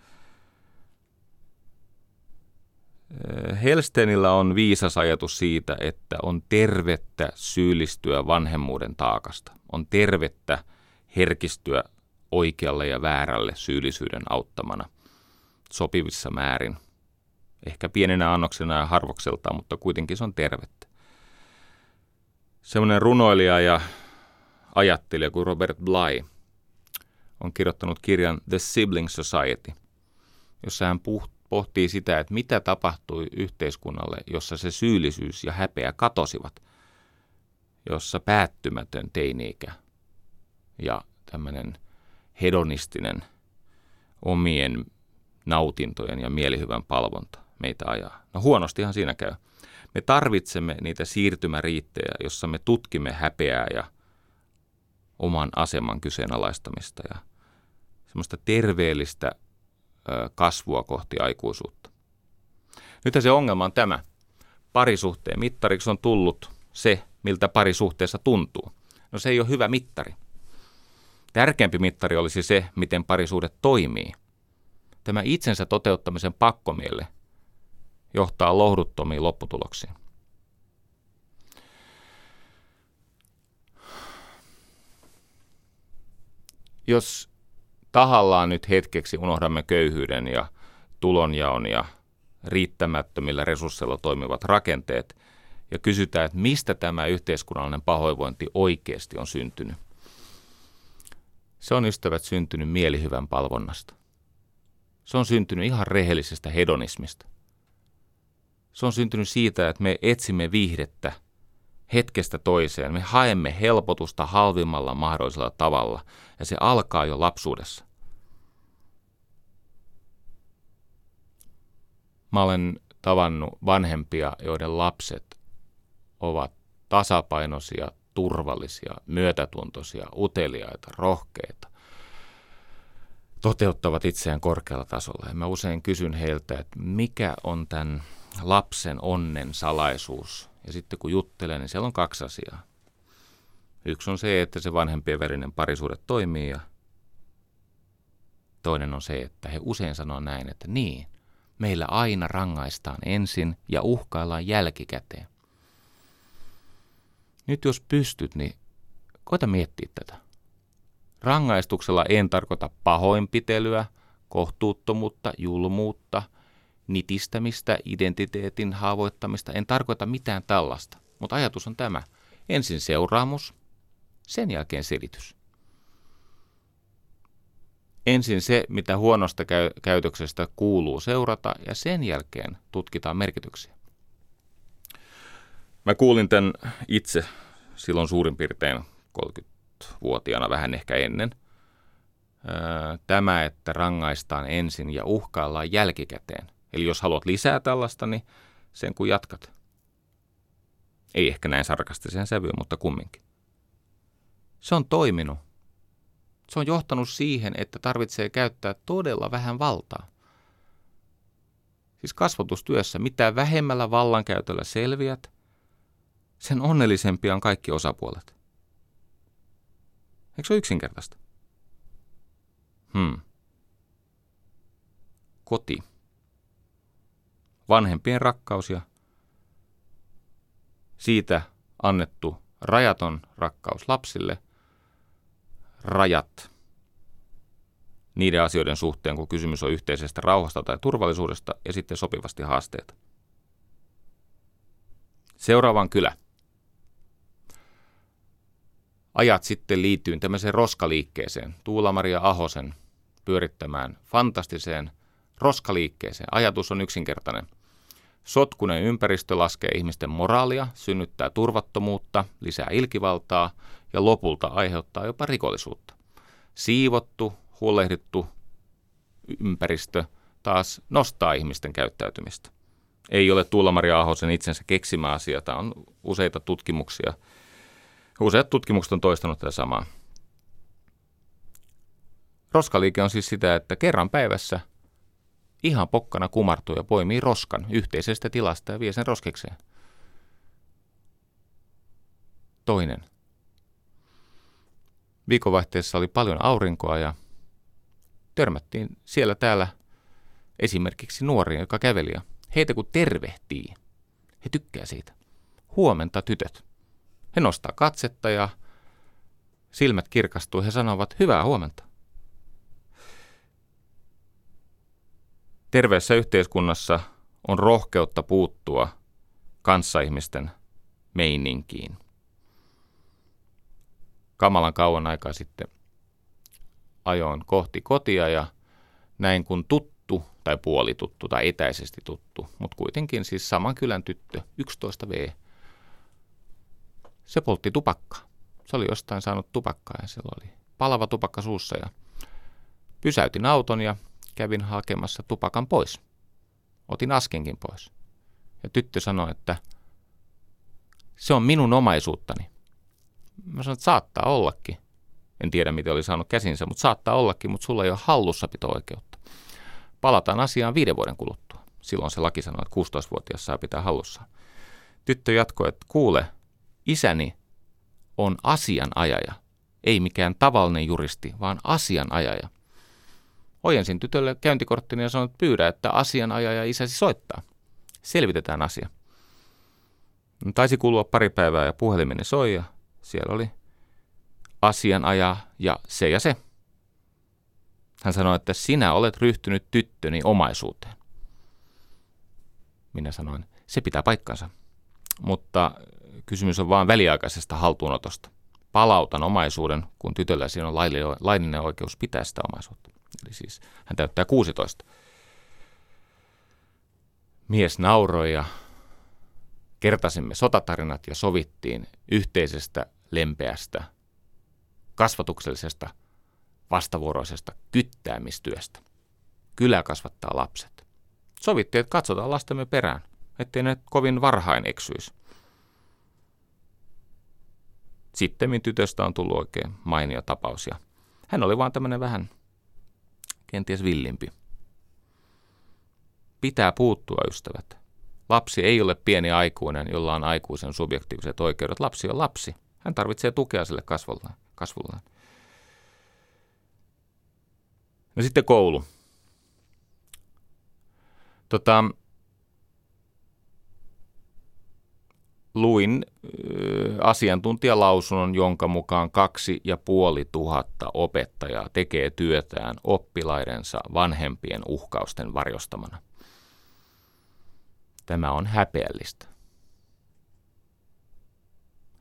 Hellstenillä on viisas ajatus siitä, että on tervettä syyllistyä vanhemmuuden taakasta. On tervettä herkistyä oikealle ja väärälle syyllisyyden auttamana sopivissa määrin. Ehkä pienenä annoksena ja harvokseltaan, mutta kuitenkin se on tervettä. Semmoinen runoilija ja ajattelija kuin Robert Bly on kirjoittanut kirjan The Sibling Society, jossa hän pohtii sitä, että mitä tapahtui yhteiskunnalle, jossa se syyllisyys ja häpeä katosivat, jossa päättymätön teini-ikä ja tämmöinen hedonistinen omien nautintojen ja mielihyvän palvonta meitä ajaa. No huonostihan siinä käy. Me tarvitsemme niitä siirtymäriittejä, jossa me tutkimme häpeää ja oman aseman kyseenalaistamista ja semmoista terveellistä kasvua kohti aikuisuutta. Nythän se ongelma on tämä. Parisuhteen mittariksi on tullut se, miltä parisuhteessa tuntuu. No se ei ole hyvä mittari. Tärkeämpi mittari olisi se, miten parisuhde toimii. Tämä itsensä toteuttamisen pakkomielle johtaa lohduttomiin lopputuloksiin. Jos tahallaan nyt hetkeksi unohdamme köyhyyden ja tulonjaon ja riittämättömillä resursseilla toimivat rakenteet ja kysytään, että mistä tämä yhteiskunnallinen pahoinvointi oikeasti on syntynyt. Se on, ystävät, syntynyt mielihyvän palvonnasta. Se on syntynyt ihan rehellisestä hedonismista. Se on syntynyt siitä, että me etsimme viihdettä hetkestä toiseen. Me haemme helpotusta halvimmalla mahdollisella tavalla, ja se alkaa jo lapsuudessa. Mä olen tavannut vanhempia, joiden lapset ovat tasapainoisia, turvallisia, myötätuntoisia, uteliaita, rohkeita, toteuttavat itseään korkealla tasolla. Ja mä usein kysyn heiltä, että mikä on tämän lapsen onnen salaisuus. Ja sitten kun juttelen, niin siellä on kaksi asiaa. Yksi on se, että se vanhempien välinen parisuhde toimii, ja toinen on se, että he usein sanoo näin, että niin, meillä aina rangaistaan ensin ja uhkaillaan jälkikäteen. Nyt jos pystyt, niin koita miettiä tätä. Rangaistuksella en tarkoita pahoinpitelyä, kohtuuttomuutta, julmuutta, nitistämistä, identiteetin haavoittamista. En tarkoita mitään tällaista, mutta ajatus on tämä. Ensin seuraamus, sen jälkeen selitys. ensin se, mitä huonosta käytöksestä kuuluu seurata, ja sen jälkeen tutkitaan merkityksiä. Mä kuulin tämän itse silloin suurin piirtein 30-vuotiaana, vähän ehkä ennen. Tämä, että rangaistaan ensin ja uhkaillaan jälkikäteen. Eli jos haluat lisää tällaista, niin sen kun jatkat. Ei ehkä näin sarkastiseen sävyyn, mutta kumminkin. Se on toiminut. Se on johtanut siihen, että tarvitsee käyttää todella vähän valtaa. Siis kasvatustyössä, mitä vähemmällä vallankäytöllä selviät, sen onnellisempia on kaikki osapuolet. Eikö se ole yksinkertaista? Koti. Vanhempien rakkaus ja siitä annettu rajaton rakkaus lapsille, rajat niiden asioiden suhteen, kun kysymys on yhteisestä rauhasta tai turvallisuudesta, ja sitten sopivasti haasteet. Seuraavaan kylä. Ajat sitten liittyin tämmöiseen roskaliikkeeseen, Tuula-Maria Ahosen pyörittämään fantastiseen roskaliikkeeseen. Ajatus on yksinkertainen. Sotkunen ympäristö laskee ihmisten moraalia, synnyttää turvattomuutta, lisää ilkivaltaa ja lopulta aiheuttaa jopa rikollisuutta. Siivottu, huolehdittu ympäristö taas nostaa ihmisten käyttäytymistä. Ei ole Tuula-Maria Ahosen itsensä keksimä asia. Tämä on useita tutkimuksia. Useat tutkimukset on toistanut tätä samaa. Roskaliike on siis sitä, että kerran päivässä ihan pokkana kumartuu ja poimii roskan yhteisestä tilasta ja vie sen roskekseen. Toinen. Viikonvaihteessa oli paljon aurinkoa ja törmättiin siellä täällä esimerkiksi nuoria, joka käveli. Heitä kun tervehtii, he tykkää siitä. Huomenta tytöt. He nostaa katsetta ja silmät kirkastuu. He sanovat hyvää huomenta. Terveessä yhteiskunnassa on rohkeutta puuttua kanssaihmisten meininkiin. Kamalan kauan aikaa sitten ajoin kohti kotia ja näin kun tuttu tai puolituttu tai etäisesti tuttu, mutta kuitenkin siis saman kylän tyttö, 11V, se poltti tupakkaa. Se oli jostain saanut tupakkaa ja sillä oli palava tupakka suussa ja pysäytin auton ja kävin hakemassa tupakan pois. Otin askenkin pois. Ja tyttö sanoi, että se on minun omaisuuttani. Mä sanoin, että saattaa ollakin. En tiedä, miten oli saanut käsinsä, mutta saattaa ollakin, mutta sulla ei ole hallussapito-oikeutta. Palataan asiaan 5 vuoden kuluttua. Silloin se laki sanoi, että 16-vuotias saa pitää hallussaan. Tyttö jatkoi, että kuule, isäni on asianajaja. Ei mikään tavallinen juristi, vaan asianajaja. Ojensin tytölle käyntikorttini ja sanoin, että pyydä, että asianajaja isäsi soittaa. Selvitetään asia. Taisi kulua pari päivää ja puhelimeni soi ja siellä oli asianajaja ja se ja se. Hän sanoi, että sinä olet ryhtynyt tyttöni omaisuuteen. Minä sanoin, se pitää paikkansa, mutta kysymys on vain väliaikaisesta haltuunotosta. Palautan omaisuuden, kun tytöllä siinä on laillinen oikeus pitää sitä omaisuutta. Eli siis hän täyttää 16. Mies nauroi ja kertasimme sotatarinat ja sovittiin yhteisestä lempeästä, kasvatuksellisesta, vastavuoroisesta kyttäämistyöstä. Kylä kasvattaa lapset. Sovittiin, että katsotaan lastemme perään, ettei ne kovin varhain eksyisi. Sittemmin tytöstä on tullut oikein mainio tapaus ja hän oli vaan tämmöinen vähän kenties villimpi. Pitää puuttua, ystävät. Lapsi ei ole pieni aikuinen, jolla on aikuisen subjektiiviset oikeudet. Lapsi on lapsi. Hän tarvitsee tukea sille kasvullaan. No sitten koulu. Luin asiantuntijalausunnon, jonka mukaan 2500 opettajaa tekee työtään oppilaidensa vanhempien uhkausten varjostamana. Tämä on häpeällistä.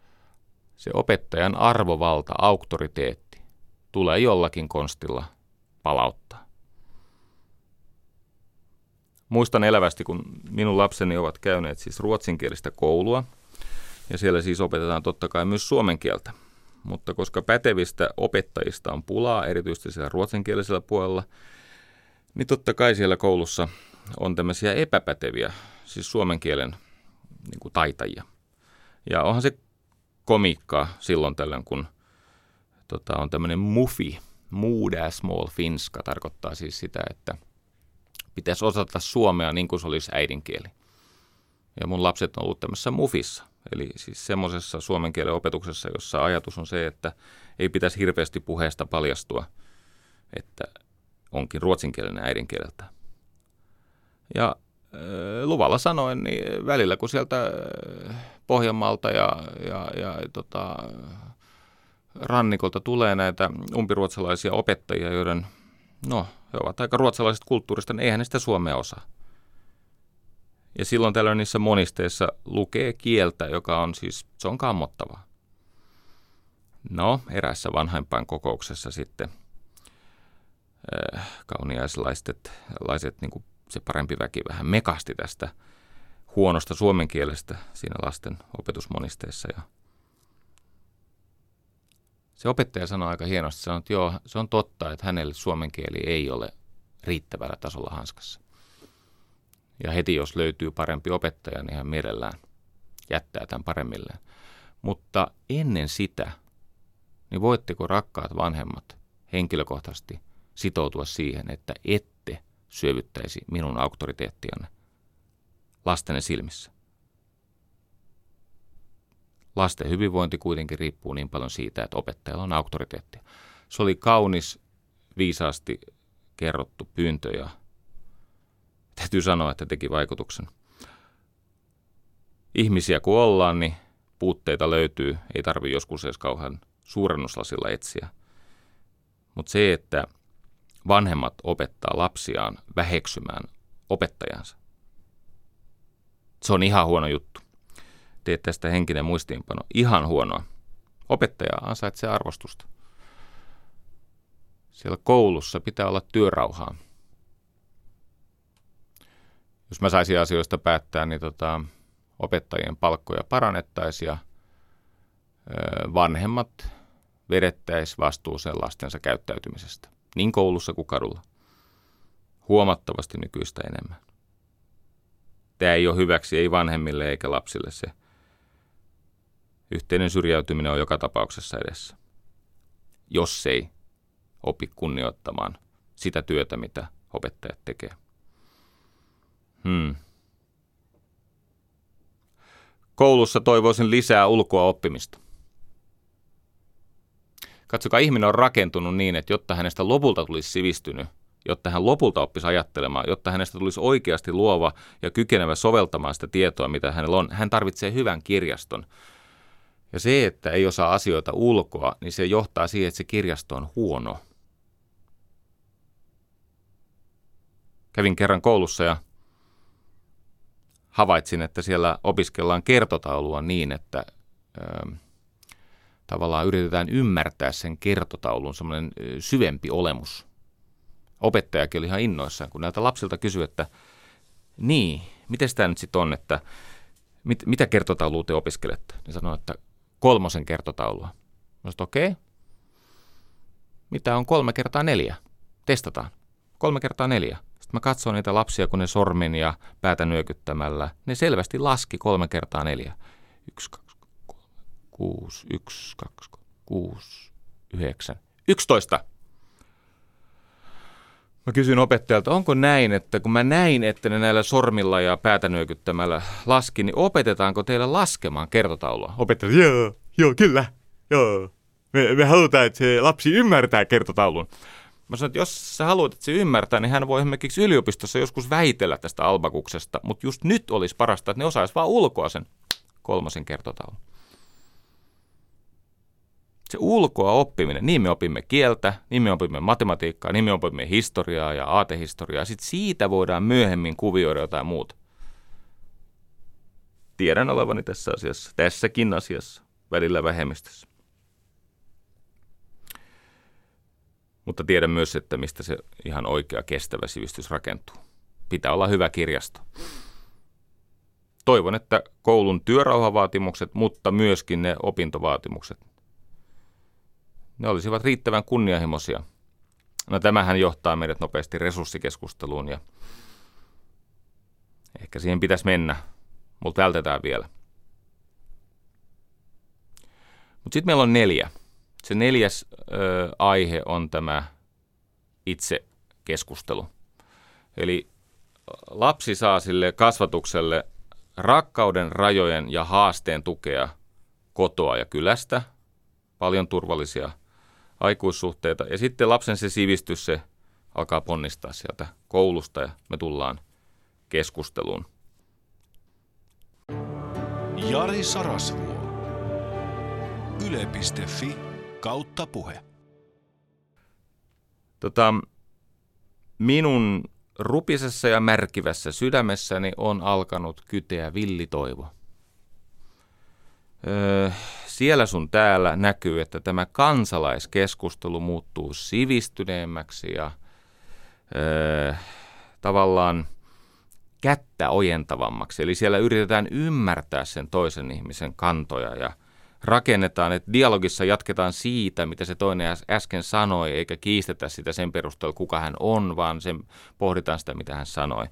Se opettajan arvovalta, auktoriteetti tulee jollakin konstilla palauttaa. Muistan elävästi, kun minun lapseni ovat käyneet siis ruotsinkielistä koulua, ja siellä siis opetetaan totta kai myös suomen kieltä. Mutta koska pätevistä opettajista on pulaa, erityisesti siellä ruotsinkielisellä puolella, niin totta kai siellä koulussa on tämmöisiä epäpäteviä, siis suomen kielen niin kuin taitajia. Ja onhan se komiikkaa silloin tällöin, kun on tämmöinen mufi, muuda small finska, tarkoittaa siis sitä, että pitäisi osata suomea niin kuin se olisi äidinkieli. Ja mun lapset on ollut tämmöisessä mufissa, eli siis semmoisessa suomen kielen opetuksessa, jossa ajatus on se, että ei pitäisi hirveästi puheesta paljastua, että onkin ruotsinkielinen äidinkieleltä. Ja luvalla sanoen, niin välillä kun sieltä Pohjanmaalta ja rannikolta tulee näitä umpiruotsalaisia opettajia, joiden, he ovat aika ruotsalaisesta kulttuurista, niin eihän ne sitä suomea osaa. Ja silloin tällöin niissä monisteissa lukee kieltä, joka on siis, se on kammottavaa. Eräässä vanhaimpaan kokouksessa sitten kauniaislaiset, niin kuin se parempi väki vähän mekasti tästä huonosta suomen kielestä siinä lasten opetusmonisteessa. Ja se opettaja sanoi aika hienosti, että joo, se on totta, että hänelle suomen kieli ei ole riittävällä tasolla hanskassa. Ja heti jos löytyy parempi opettaja, niin hän mielellään jättää tämän paremmilleen. Mutta ennen sitä, niin voitteko rakkaat vanhemmat henkilökohtaisesti sitoutua siihen, että ette syövyttäisi minun auktoriteettianne lastenne silmissä. Lasten hyvinvointi kuitenkin riippuu niin paljon siitä, että opettajalla on auktoriteettia. Se oli kaunis, viisaasti kerrottu pyyntö ja täytyy sanoa, että teki vaikutuksen. Ihmisiä kun ollaan, niin puutteita löytyy. Ei tarvitse joskus edes kauhean suurennuslasilla etsiä. Mutta se, että vanhemmat opettaa lapsiaan väheksymään opettajansa, se on ihan huono juttu. Teet tästä henkinen muistiinpano. Ihan huonoa. Opettaja ansaitsee arvostusta. Siellä koulussa pitää olla työrauhaa. Jos mä saisin asioista päättää, niin opettajien palkkoja parannettaisiin ja vanhemmat vedettäisiin vastuuseen lastensa käyttäytymisestä. Niin koulussa kuin kadulla. Huomattavasti nykyistä enemmän. Tämä ei ole hyväksi, ei vanhemmille eikä lapsille se. Yhteinen syrjäytyminen on joka tapauksessa edessä. Jos ei opi kunnioittamaan sitä työtä, mitä opettajat tekee. Koulussa toivoisin lisää ulkoa oppimista. Katsokaa, ihminen on rakentunut niin, että jotta hänestä lopulta tulisi sivistynyt, jotta hän lopulta oppisi ajattelemaan, jotta hänestä tulisi oikeasti luova ja kykenevä soveltamaan sitä tietoa, mitä hänellä on, hän tarvitsee hyvän kirjaston. Ja se, että ei osaa asioita ulkoa, niin se johtaa siihen, että se kirjasto on huono. Kävin kerran koulussa ja havaitsin, että siellä opiskellaan kertotaulua niin, että tavallaan yritetään ymmärtää sen kertotaulun semmoinen syvempi olemus. Opettajakin oli ihan innoissaan, kun näiltä lapsilta kysyi, että miten tämä nyt sitten on, että mitä kertotaulua te opiskelette? Ne sanoi, että 3 kertotaulua. Mä sanoin, okei. Mitä on 3 × 4? Testataan. 3 × 4. Sitten mä katsoin niitä lapsia, kun ne sormin ja päätä nyökyttämällä. Ne selvästi laski 3 × 4. 1, 2, 3, 6, 1, 2, 6, 9, 11. Mä kysyin opettajalta, onko näin, että kun mä näin, että ne näillä sormilla ja päätä nyökyttämällä laski, niin opetetaanko teillä laskemaan kertotaulua? Opettaja, joo, kyllä, joo. Me halutaan, että se lapsi ymmärtää kertotaulun. Mä sanoin, että jos sä haluat, että se ymmärtää, niin hän voi esimerkiksi yliopistossa joskus väitellä tästä albakuksesta, mutta just nyt olisi parasta, että ne osaisi vaan ulkoa sen 3 kertotaulun. Se ulkoa oppiminen, niin me opimme kieltä, niin me opimme matematiikkaa, niin me opimme historiaa ja aatehistoriaa. Sitten siitä voidaan myöhemmin kuvioida jotain muuta. Tiedän olevani tässä asiassa, tässäkin asiassa, välillä vähemmistössä. Mutta tiedän myös, että mistä se ihan oikea kestävä sivistys rakentuu. Pitää olla hyvä kirjasto. Toivon, että koulun työrauhavaatimukset, mutta myöskin ne opintovaatimukset, ne olisivat riittävän kunnianhimoisia. No tämähän johtaa meidät nopeasti resurssikeskusteluun ja ehkä siihen pitäisi mennä, mutta vältetään vielä. Mutta sitten meillä on 4. Se 4. Aihe on tämä itse keskustelu. Eli lapsi saa sille kasvatukselle rakkauden, rajojen ja haasteen tukea kotoa ja kylästä, paljon turvallisia aikuissuhteita. Ja sitten lapsen se sivistys, se alkaa ponnistaa sieltä koulusta ja me tullaan keskusteluun. Jari Sarasvuo. Yle.fi/puhe. Minun rupisessa ja märkivässä sydämessäni on alkanut kyteä villitoivo. Siellä sun täällä näkyy, että tämä kansalaiskeskustelu muuttuu sivistyneemmäksi ja tavallaan kättä ojentavammaksi. Eli siellä yritetään ymmärtää sen toisen ihmisen kantoja ja rakennetaan, että dialogissa jatketaan siitä, mitä se toinen äsken sanoi, eikä kiistetä sitä sen perusteella, kuka hän on, vaan pohditaan sitä, mitä hän sanoi.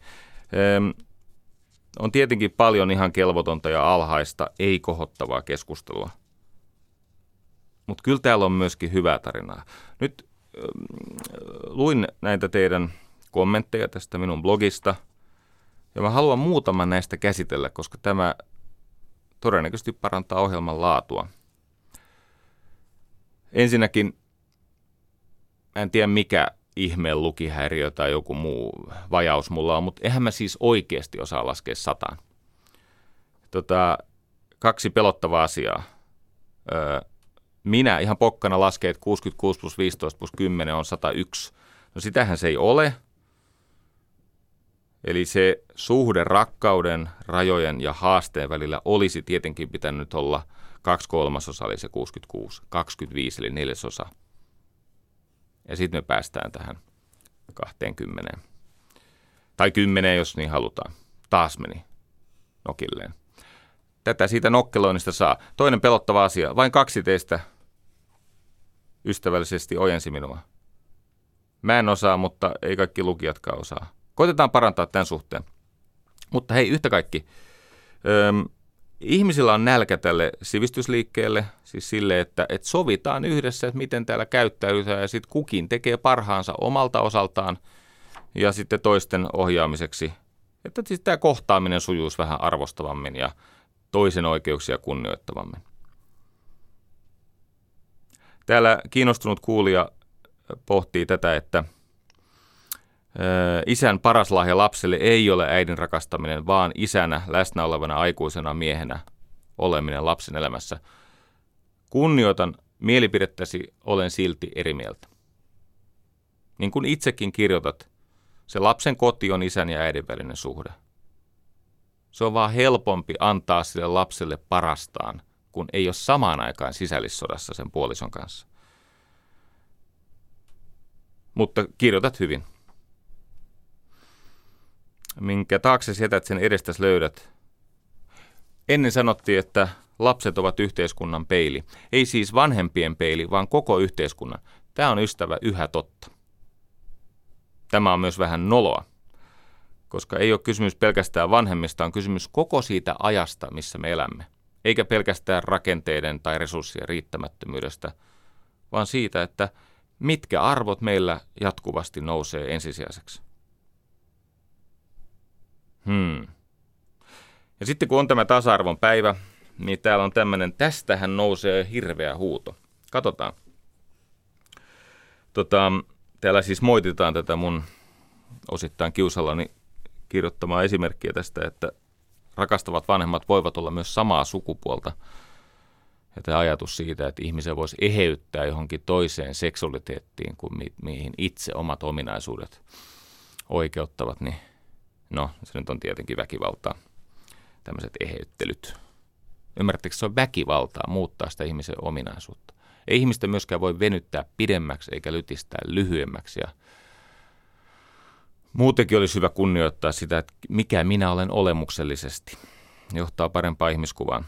On tietenkin paljon ihan kelvotonta ja alhaista, ei kohottavaa keskustelua. Mutta kyllä täällä on myöskin hyvää tarinaa. Nyt luin näitä teidän kommentteja tästä minun blogista, ja mä haluan muutaman näistä käsitellä, koska tämä todennäköisesti parantaa ohjelman laatua. Ensinnäkin, en tiedä mikä ihmeen lukihäiriö tai joku muu vajaus mulla on, mutta eihän mä siis oikeasti osaa laskea 100. 2 pelottavaa asiaa. Minä ihan pokkana lasken, että 66 plus 15 plus 10 on 101. No sitähän se ei ole. Eli se suhde rakkauden, rajojen ja haasteen välillä olisi tietenkin pitänyt olla 2/3 eli se 66, 25 eli 1/4. Ja sitten me päästään tähän 20. Tai 10, jos niin halutaan. Taas meni nokilleen. Tätä siitä nokkeloinnista saa. Toinen pelottava asia. Vain 2 teistä ystävällisesti ojensi minua. Mä en osaa, mutta ei kaikki lukijatkaan osaa. Koitetaan parantaa tämän suhteen. Mutta hei, yhtä kaikki. Ihmisillä on nälkä tälle sivistysliikkeelle, siis sille, että sovitaan yhdessä, että miten täällä käyttäytyy, ja sitten kukin tekee parhaansa omalta osaltaan, ja sitten toisten ohjaamiseksi, että siis tämä kohtaaminen sujuisi vähän arvostavammin ja toisen oikeuksia kunnioittavammin. Täällä kiinnostunut kuulija pohtii tätä, että isän paras lahja lapselle ei ole äidin rakastaminen, vaan isänä läsnä olevana aikuisena miehenä oleminen lapsen elämässä. Kunnioitan mielipidettäsi, olen silti eri mieltä. Niin kuin itsekin kirjoitat, se lapsen koti on isän ja äidin välinen suhde. Se on vaan helpompi antaa sille lapselle parastaan, kun ei ole samaan aikaan sisällissodassa sen puolison kanssa. Mutta kirjoitat hyvin. Minkä taakse jätät, sen edestäsi löydät. Ennen sanottiin, että lapset ovat yhteiskunnan peili. Ei siis vanhempien peili, vaan koko yhteiskunnan. Tämä on ystävä yhä totta. Tämä on myös vähän noloa, koska ei ole kysymys pelkästään vanhemmista, on kysymys koko siitä ajasta, missä me elämme. Eikä pelkästään rakenteiden tai resurssien riittämättömyydestä, vaan siitä, että mitkä arvot meillä jatkuvasti nousee ensisijaiseksi. Ja sitten kun on tämä tasa-arvon päivä, niin täällä on tämmöinen, tästähän nousee hirveä huuto. Katsotaan. Täällä siis moititaan tätä mun osittain kiusallani kirjoittamaa esimerkkiä tästä, että rakastavat vanhemmat voivat olla myös samaa sukupuolta. Ja tämä ajatus siitä, että ihmisen voisi eheyttää johonkin toiseen seksualiteettiin kuin mihin itse omat ominaisuudet oikeuttavat, niin no, se nyt on tietenkin väkivaltaa, tämmöiset eheyttelyt. Ymmärrättekö, se on väkivaltaa muuttaa sitä ihmisen ominaisuutta? Ei ihmistä myöskään voi venyttää pidemmäksi eikä lytistää lyhyemmäksi. Ja muutenkin olisi hyvä kunnioittaa sitä, että mikä minä olen olemuksellisesti. Johtaa parempaan ihmiskuvaan.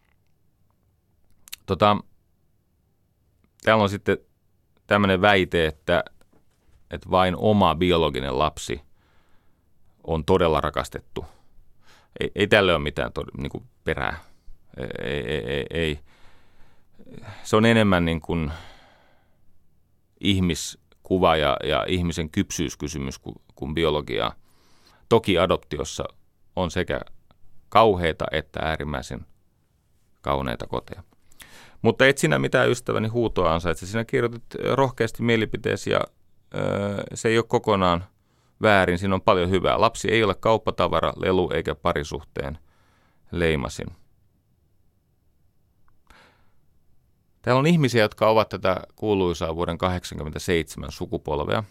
Täällä on sitten tämmöinen väite, että vain oma biologinen lapsi on todella rakastettu. Ei tälle ole mitään niin kuin perää. Ei. Se on enemmän niin kuin ihmiskuva ja ihmisen kypsyyskysymys kuin biologiaa. Toki adoptiossa on sekä kauheita että äärimmäisen kauneita koteja. Mutta et sinä mitään ystäväni huutoa ansaitse. Sinä kirjoitit rohkeasti mielipiteesi ja se ei ole kokonaan väärin. Siinä on paljon hyvää. Lapsi ei ole kauppatavara, lelu eikä parisuhteen leimasin. Täällä on ihmisiä, jotka ovat tätä kuuluisaa vuoden 1987 sukupolvea.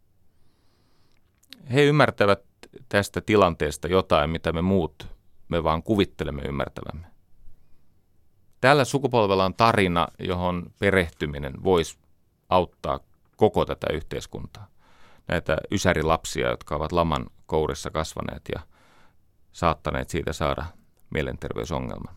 He ymmärtävät tästä tilanteesta jotain, mitä me vaan kuvittelemme ymmärtävämme. Tällä sukupolvella on tarina, johon perehtyminen voisi auttaa koko tätä yhteiskuntaa. Näitä ysärilapsia, jotka ovat laman kourissa kasvaneet ja saattaneet siitä saada mielenterveysongelman.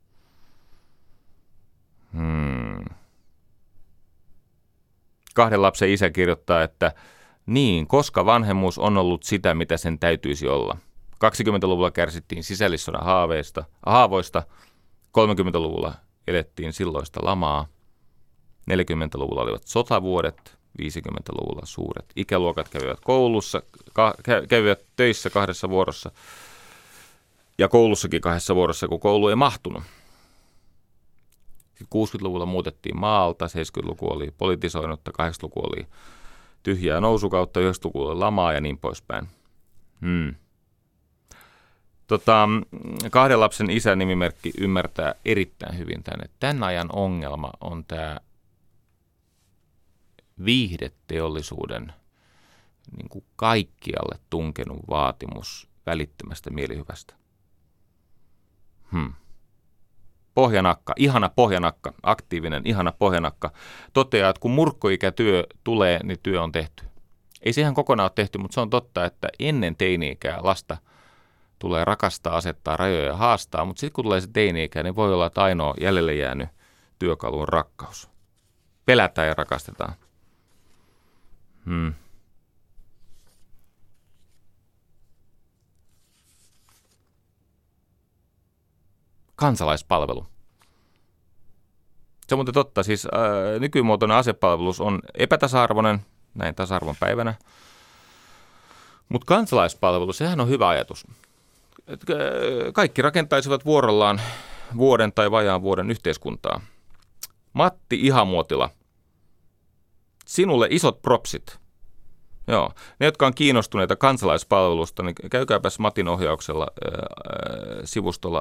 Kahden lapsen isä kirjoittaa, että koska vanhemmuus on ollut sitä, mitä sen täytyisi olla. 20-luvulla kärsittiin sisällissodan haavoista, 30-luvulla elettiin silloista lamaa, 40-luvulla olivat sotavuodet, 50-luvulla suuret ikäluokat kävivät koulussa, kävivät töissä 2 vuorossa ja koulussakin 2 vuorossa, kun koulu ei mahtunut. 60-luvulla muutettiin maalta, 70-luku oli politisoinutta, 80-luku oli tyhjää nousukautta, 90-luku oli lamaa ja niin poispäin. Kahden lapsen isän nimimerkki ymmärtää erittäin hyvin tämän. Tämän ajan ongelma on tämä viihdeteollisuuden niin kuin kaikkialle tunkenut vaatimus välittömästä mielihyvästä. Pohjanakka, ihana pohjanakka, aktiivinen, ihana pohjanakka, toteaa, että kun murkkoikätyö tulee, niin työ on tehty. Ei se ihan kokonaan ole tehty, mutta se on totta, että ennen teini-ikää lasta tulee rakastaa, asettaa rajoja ja haastaa, mutta sitten kun tulee se teini-ikä, niin voi olla, että ainoa jäljelle jäänyt työkalu on rakkaus. Pelätään ja rakastetaan. Kansalaispalvelu. Se on muuten totta, siis nykymuotoinen asepalvelus on epätasa-arvoinen, näin tasa-arvon päivänä, mutta kansalaispalvelu, sehän on hyvä ajatus. Kaikki rakentaisivat vuorollaan vuoden tai vajaan vuoden yhteiskuntaa. Matti Ihamuotila, sinulle isot propsit. Joo, ne, jotka on kiinnostuneita kansalaispalvelusta, niin käykääpäs Matin ohjauksella sivustolla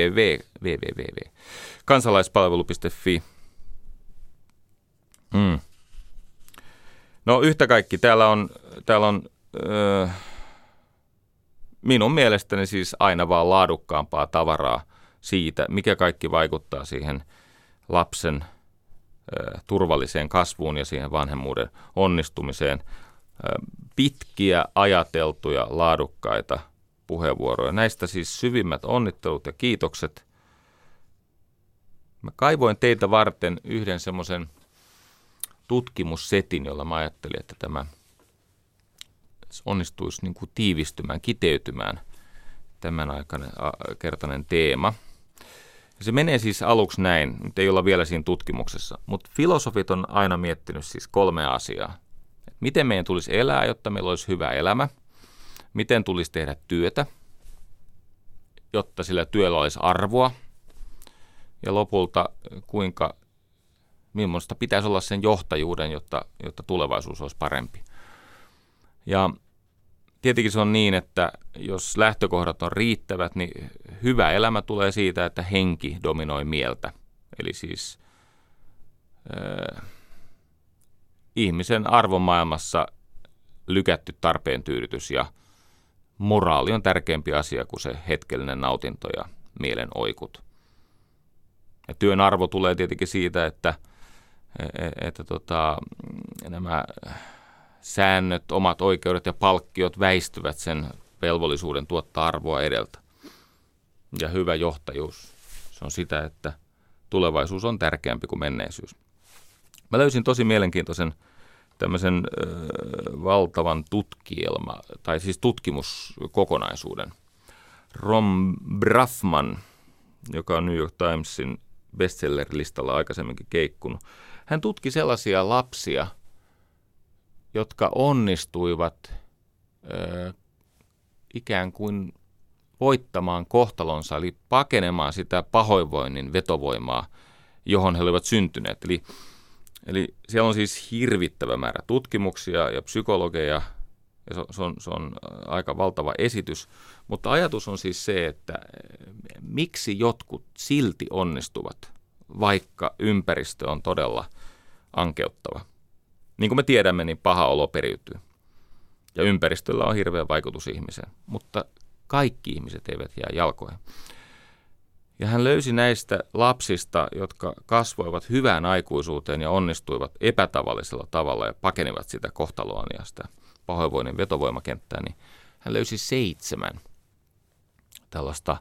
www.kansalaispalvelu.fi. No yhtä kaikki, täällä on minun mielestäni siis aina vaan laadukkaampaa tavaraa siitä, mikä kaikki vaikuttaa siihen lapsen turvalliseen kasvuun ja siihen vanhemmuuden onnistumiseen. Pitkiä, ajateltuja, laadukkaita puheenvuoroja. Näistä siis syvimmät onnittelut ja kiitokset. Mä kaivoin teitä varten yhden semmoisen tutkimussetin, jolla mä ajattelin, että tämä onnistuisi niin kuin tiivistymään, kiteytymään tämän kertainen teema. Ja se menee siis aluksi näin, nyt ei olla vielä siinä tutkimuksessa, mutta filosofit on aina miettinyt siis 3 asiaa. Miten meidän tulisi elää, jotta meillä olisi hyvä elämä? Miten tulisi tehdä työtä, jotta sillä työllä olisi arvoa? Ja lopulta, millaista pitäisi olla sen johtajuuden, jotta tulevaisuus olisi parempi. Ja tietenkin se on niin, että jos lähtökohdat on riittävät, niin hyvä elämä tulee siitä, että henki dominoi mieltä. Eli siis ihmisen arvomaailmassa lykätty tarpeen tyydytys ja moraali on tärkeämpi asia kuin se hetkellinen nautinto ja mielen oikut. Ja työn arvo tulee tietenkin siitä, että että nämä säännöt, omat oikeudet ja palkkiot väistyvät sen velvollisuuden tuottaa arvoa edeltä. Ja hyvä johtajuus, se on sitä, että tulevaisuus on tärkeämpi kuin menneisyys. Mä löysin tosi mielenkiintoisen tämmöisen valtavan tutkimuskokonaisuuden. Ron Brafman, joka on New York Timesin bestseller-listalla aikaisemminkin keikkunut. Hän tutki sellaisia lapsia, jotka onnistuivat ikään kuin voittamaan kohtalonsa, eli pakenemaan sitä pahoinvoinnin vetovoimaa, johon he olivat syntyneet. Eli siellä on siis hirvittävä määrä tutkimuksia ja psykologeja, ja se on aika valtava esitys, mutta ajatus on siis se, että miksi jotkut silti onnistuvat, vaikka ympäristö on todella ankeuttava. Niin kuin me tiedämme, niin paha olo periytyy, ja ympäristöllä on hirveä vaikutus ihmiseen, mutta kaikki ihmiset eivät jää jalkoihin. Ja hän löysi näistä lapsista, jotka kasvoivat hyvään aikuisuuteen ja onnistuivat epätavallisella tavalla ja pakenivat sitä kohtaloaan ja sitä pahoinvoinnin vetovoimakenttää, niin hän löysi 7 tällaista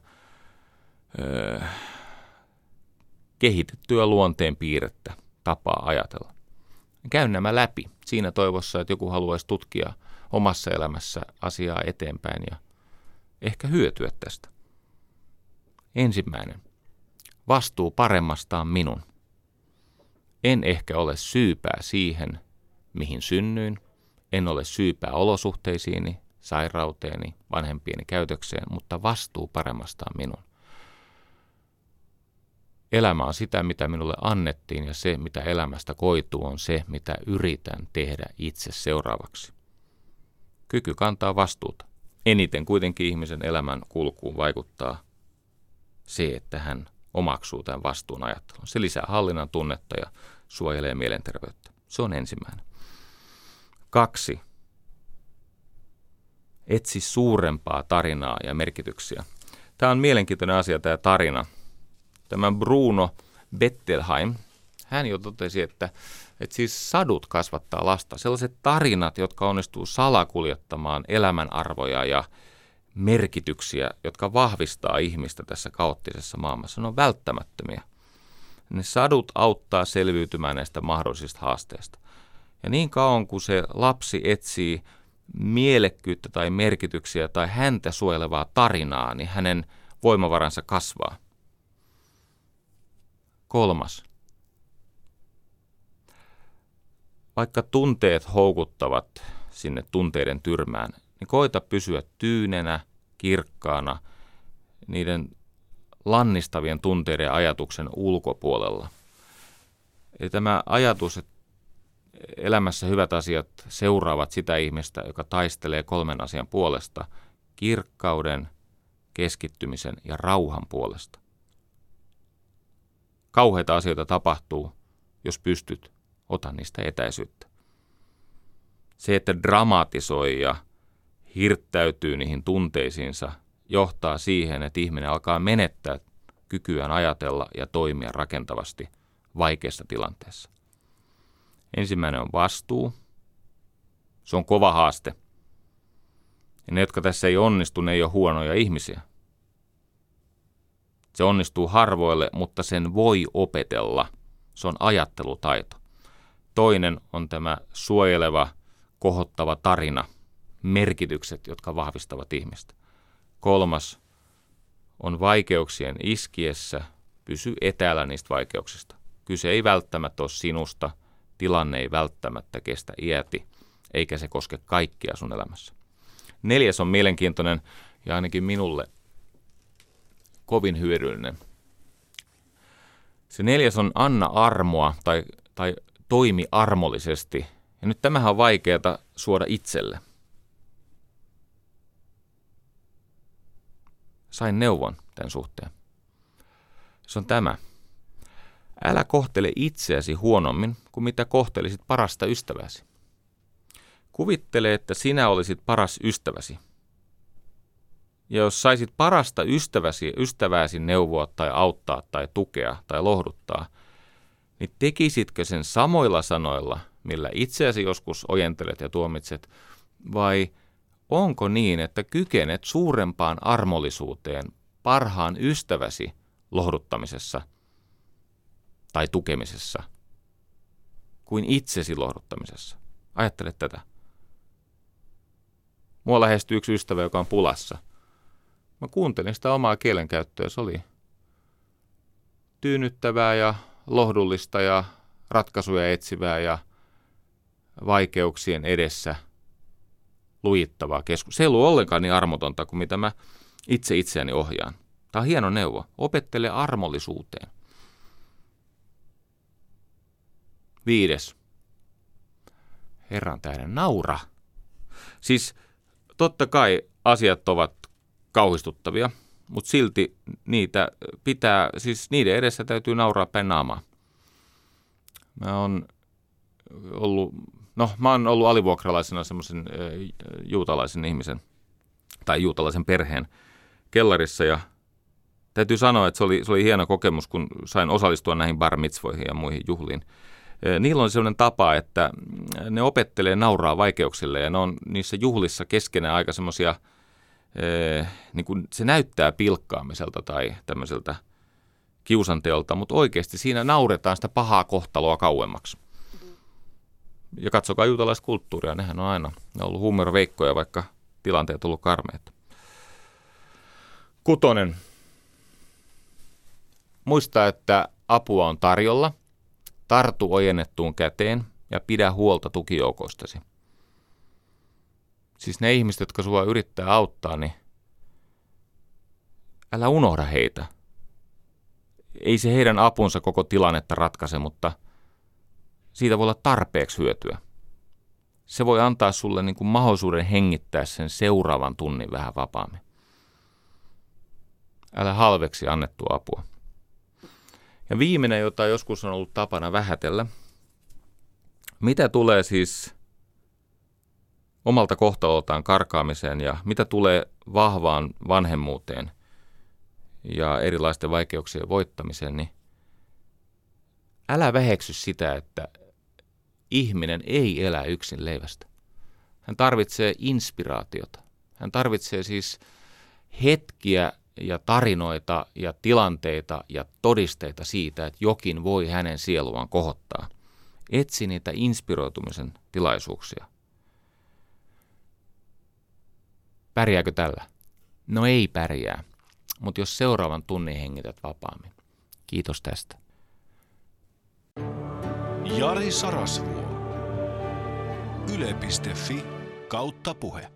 kehitettyä luonteenpiirrettä, tapaa ajatella. Käyn nämä läpi siinä toivossa, että joku haluaisi tutkia omassa elämässä asiaa eteenpäin ja ehkä hyötyä tästä. Ensimmäinen. Vastuu paremmasta on minun. En ehkä ole syypää siihen, mihin synnyin. En ole syypää olosuhteisiini, sairauteeni, vanhempieni käytökseen, mutta vastuu paremmasta on minun. Elämä on sitä, mitä minulle annettiin, ja se, mitä elämästä koituu, on se, mitä yritän tehdä itse seuraavaksi. Kyky kantaa vastuuta. Eniten kuitenkin ihmisen elämän kulkuun vaikuttaa se, että hän omaksuu tämän vastuun ajattelun. Se lisää hallinnan tunnetta ja suojelee mielenterveyttä. Se on ensimmäinen. 2. Etsi suurempaa tarinaa ja merkityksiä. Tämä on mielenkiintoinen asia, tämä tarina. Tämä Bruno Bettelheim, hän jo totesi, että siis sadut kasvattaa lasta. Sellaiset tarinat, jotka onnistuu salakuljettamaan elämän arvoja ja merkityksiä, jotka vahvistaa ihmistä tässä kaoottisessa maailmassa, ne on välttämättömiä. Ne sadut auttaa selviytymään näistä mahdollisista haasteista. Ja niin kauan kuin se lapsi etsii mielekkyyttä tai merkityksiä tai häntä suojelevaa tarinaa, niin hänen voimavaransa kasvaa. 3. Vaikka tunteet houkuttavat sinne tunteiden tyrmään, niin koita pysyä tyynenä, kirkkaana, niiden lannistavien tunteiden ja ajatuksen ulkopuolella. Eli tämä ajatus, että elämässä hyvät asiat seuraavat sitä ihmistä, joka taistelee 3 asian puolesta, kirkkauden, keskittymisen ja rauhan puolesta. Kauheita asioita tapahtuu, jos pystyt, ota niistä etäisyyttä. Se, että dramatisoi ja hirttäytyy niihin tunteisiinsa, johtaa siihen, että ihminen alkaa menettää kykyään ajatella ja toimia rakentavasti vaikeassa tilanteessa. Ensimmäinen on vastuu. Se on kova haaste. Ja ne, jotka tässä ei onnistu, ne ei ole huonoja ihmisiä. Se onnistuu harvoille, mutta sen voi opetella. Se on ajattelutaito. Toinen on tämä suojeleva, kohottava tarina, merkitykset, jotka vahvistavat ihmistä. 3. on vaikeuksien iskiessä, pysy etäällä niistä vaikeuksista. Kyse ei välttämättä ole sinusta, tilanne ei välttämättä kestä iäti, eikä se koske kaikkia sun elämässä. 4. on mielenkiintoinen ja ainakin minulle kovin hyödyllinen. Se 4. on anna armoa tai toimi armollisesti. Ja nyt tämähän on vaikeaa suoda itselle. Sain neuvon tämän suhteen. Se on tämä. Älä kohtele itseäsi huonommin kuin mitä kohtelisit parasta ystäväsi. Kuvittele, että sinä olisit paras ystäväsi. Ja jos saisit parasta ystävääsi neuvoa tai auttaa tai tukea tai lohduttaa, niin tekisitkö sen samoilla sanoilla, millä itseäsi joskus ojentelet ja tuomitset, vai onko niin, että kykenet suurempaan armollisuuteen parhaan ystäväsi lohduttamisessa tai tukemisessa kuin itsesi lohduttamisessa? Ajattele tätä. Mua lähestyi yksi ystävä, joka on pulassa. Mä kuuntelin sitä omaa kielenkäyttöä. Se oli tyynnyttävää ja lohdullista ja ratkaisuja etsivää ja vaikeuksien edessä lujittavaa keskustelua. Se ei ollut ollenkaan niin armotonta kuin mitä mä itse itseäni ohjaan. Tämä on hieno neuvo. Opettele armollisuuteen. 5. Herran tähden naura. Siis totta kai asiat ovat kauhistuttavia, mutta silti niiden edessä täytyy nauraa päin naamaa. Mä oon ollut alivuokralaisena semmoisen juutalaisen ihmisen tai juutalaisen perheen kellarissa ja täytyy sanoa, että se oli hieno kokemus, kun sain osallistua näihin bar mitzvoihin ja muihin juhliin. Niillä on sellainen tapa, että ne opettelee nauraa vaikeuksille ja ne on niissä juhlissa keskenään aika semmoisia, niin kuin se näyttää pilkkaamiselta tai tämmöiseltä kiusanteolta, mutta oikeasti siinä nauretaan sitä pahaa kohtaloa kauemmaksi. Ja katsokaa juutalaiskulttuuria, nehän on aina ollut huumoriveikkoja, vaikka tilanteet on ollut karmeita. 6. Muista, että apua on tarjolla. Tartu ojennettuun käteen ja pidä huolta tukijoukoistasi. Siis ne ihmiset, jotka sua yrittää auttaa, niin älä unohda heitä. Ei se heidän apunsa koko tilannetta ratkaise, mutta siitä voi olla tarpeeksi hyötyä. Se voi antaa sulle niin kuin mahdollisuuden hengittää sen seuraavan tunnin vähän vapaammin. Älä halveksi annettua apua. Ja viimeinen, jota joskus on ollut tapana vähätellä. Mitä tulee siis omalta kohtaloltaan karkaamiseen ja mitä tulee vahvaan vanhemmuuteen ja erilaisten vaikeuksien voittamiseen, niin älä väheksy sitä, että ihminen ei elä yksin leivästä. Hän tarvitsee inspiraatiota. Hän tarvitsee siis hetkiä ja tarinoita ja tilanteita ja todisteita siitä, että jokin voi hänen sieluaan kohottaa. Etsi niitä inspiroitumisen tilaisuuksia. Pärjääkö tällä? No ei pärjää, mutta jos seuraavan tunnin hengität vapaammin. Kiitos tästä. Jari Sarasvuo. Yle.fi/puhe.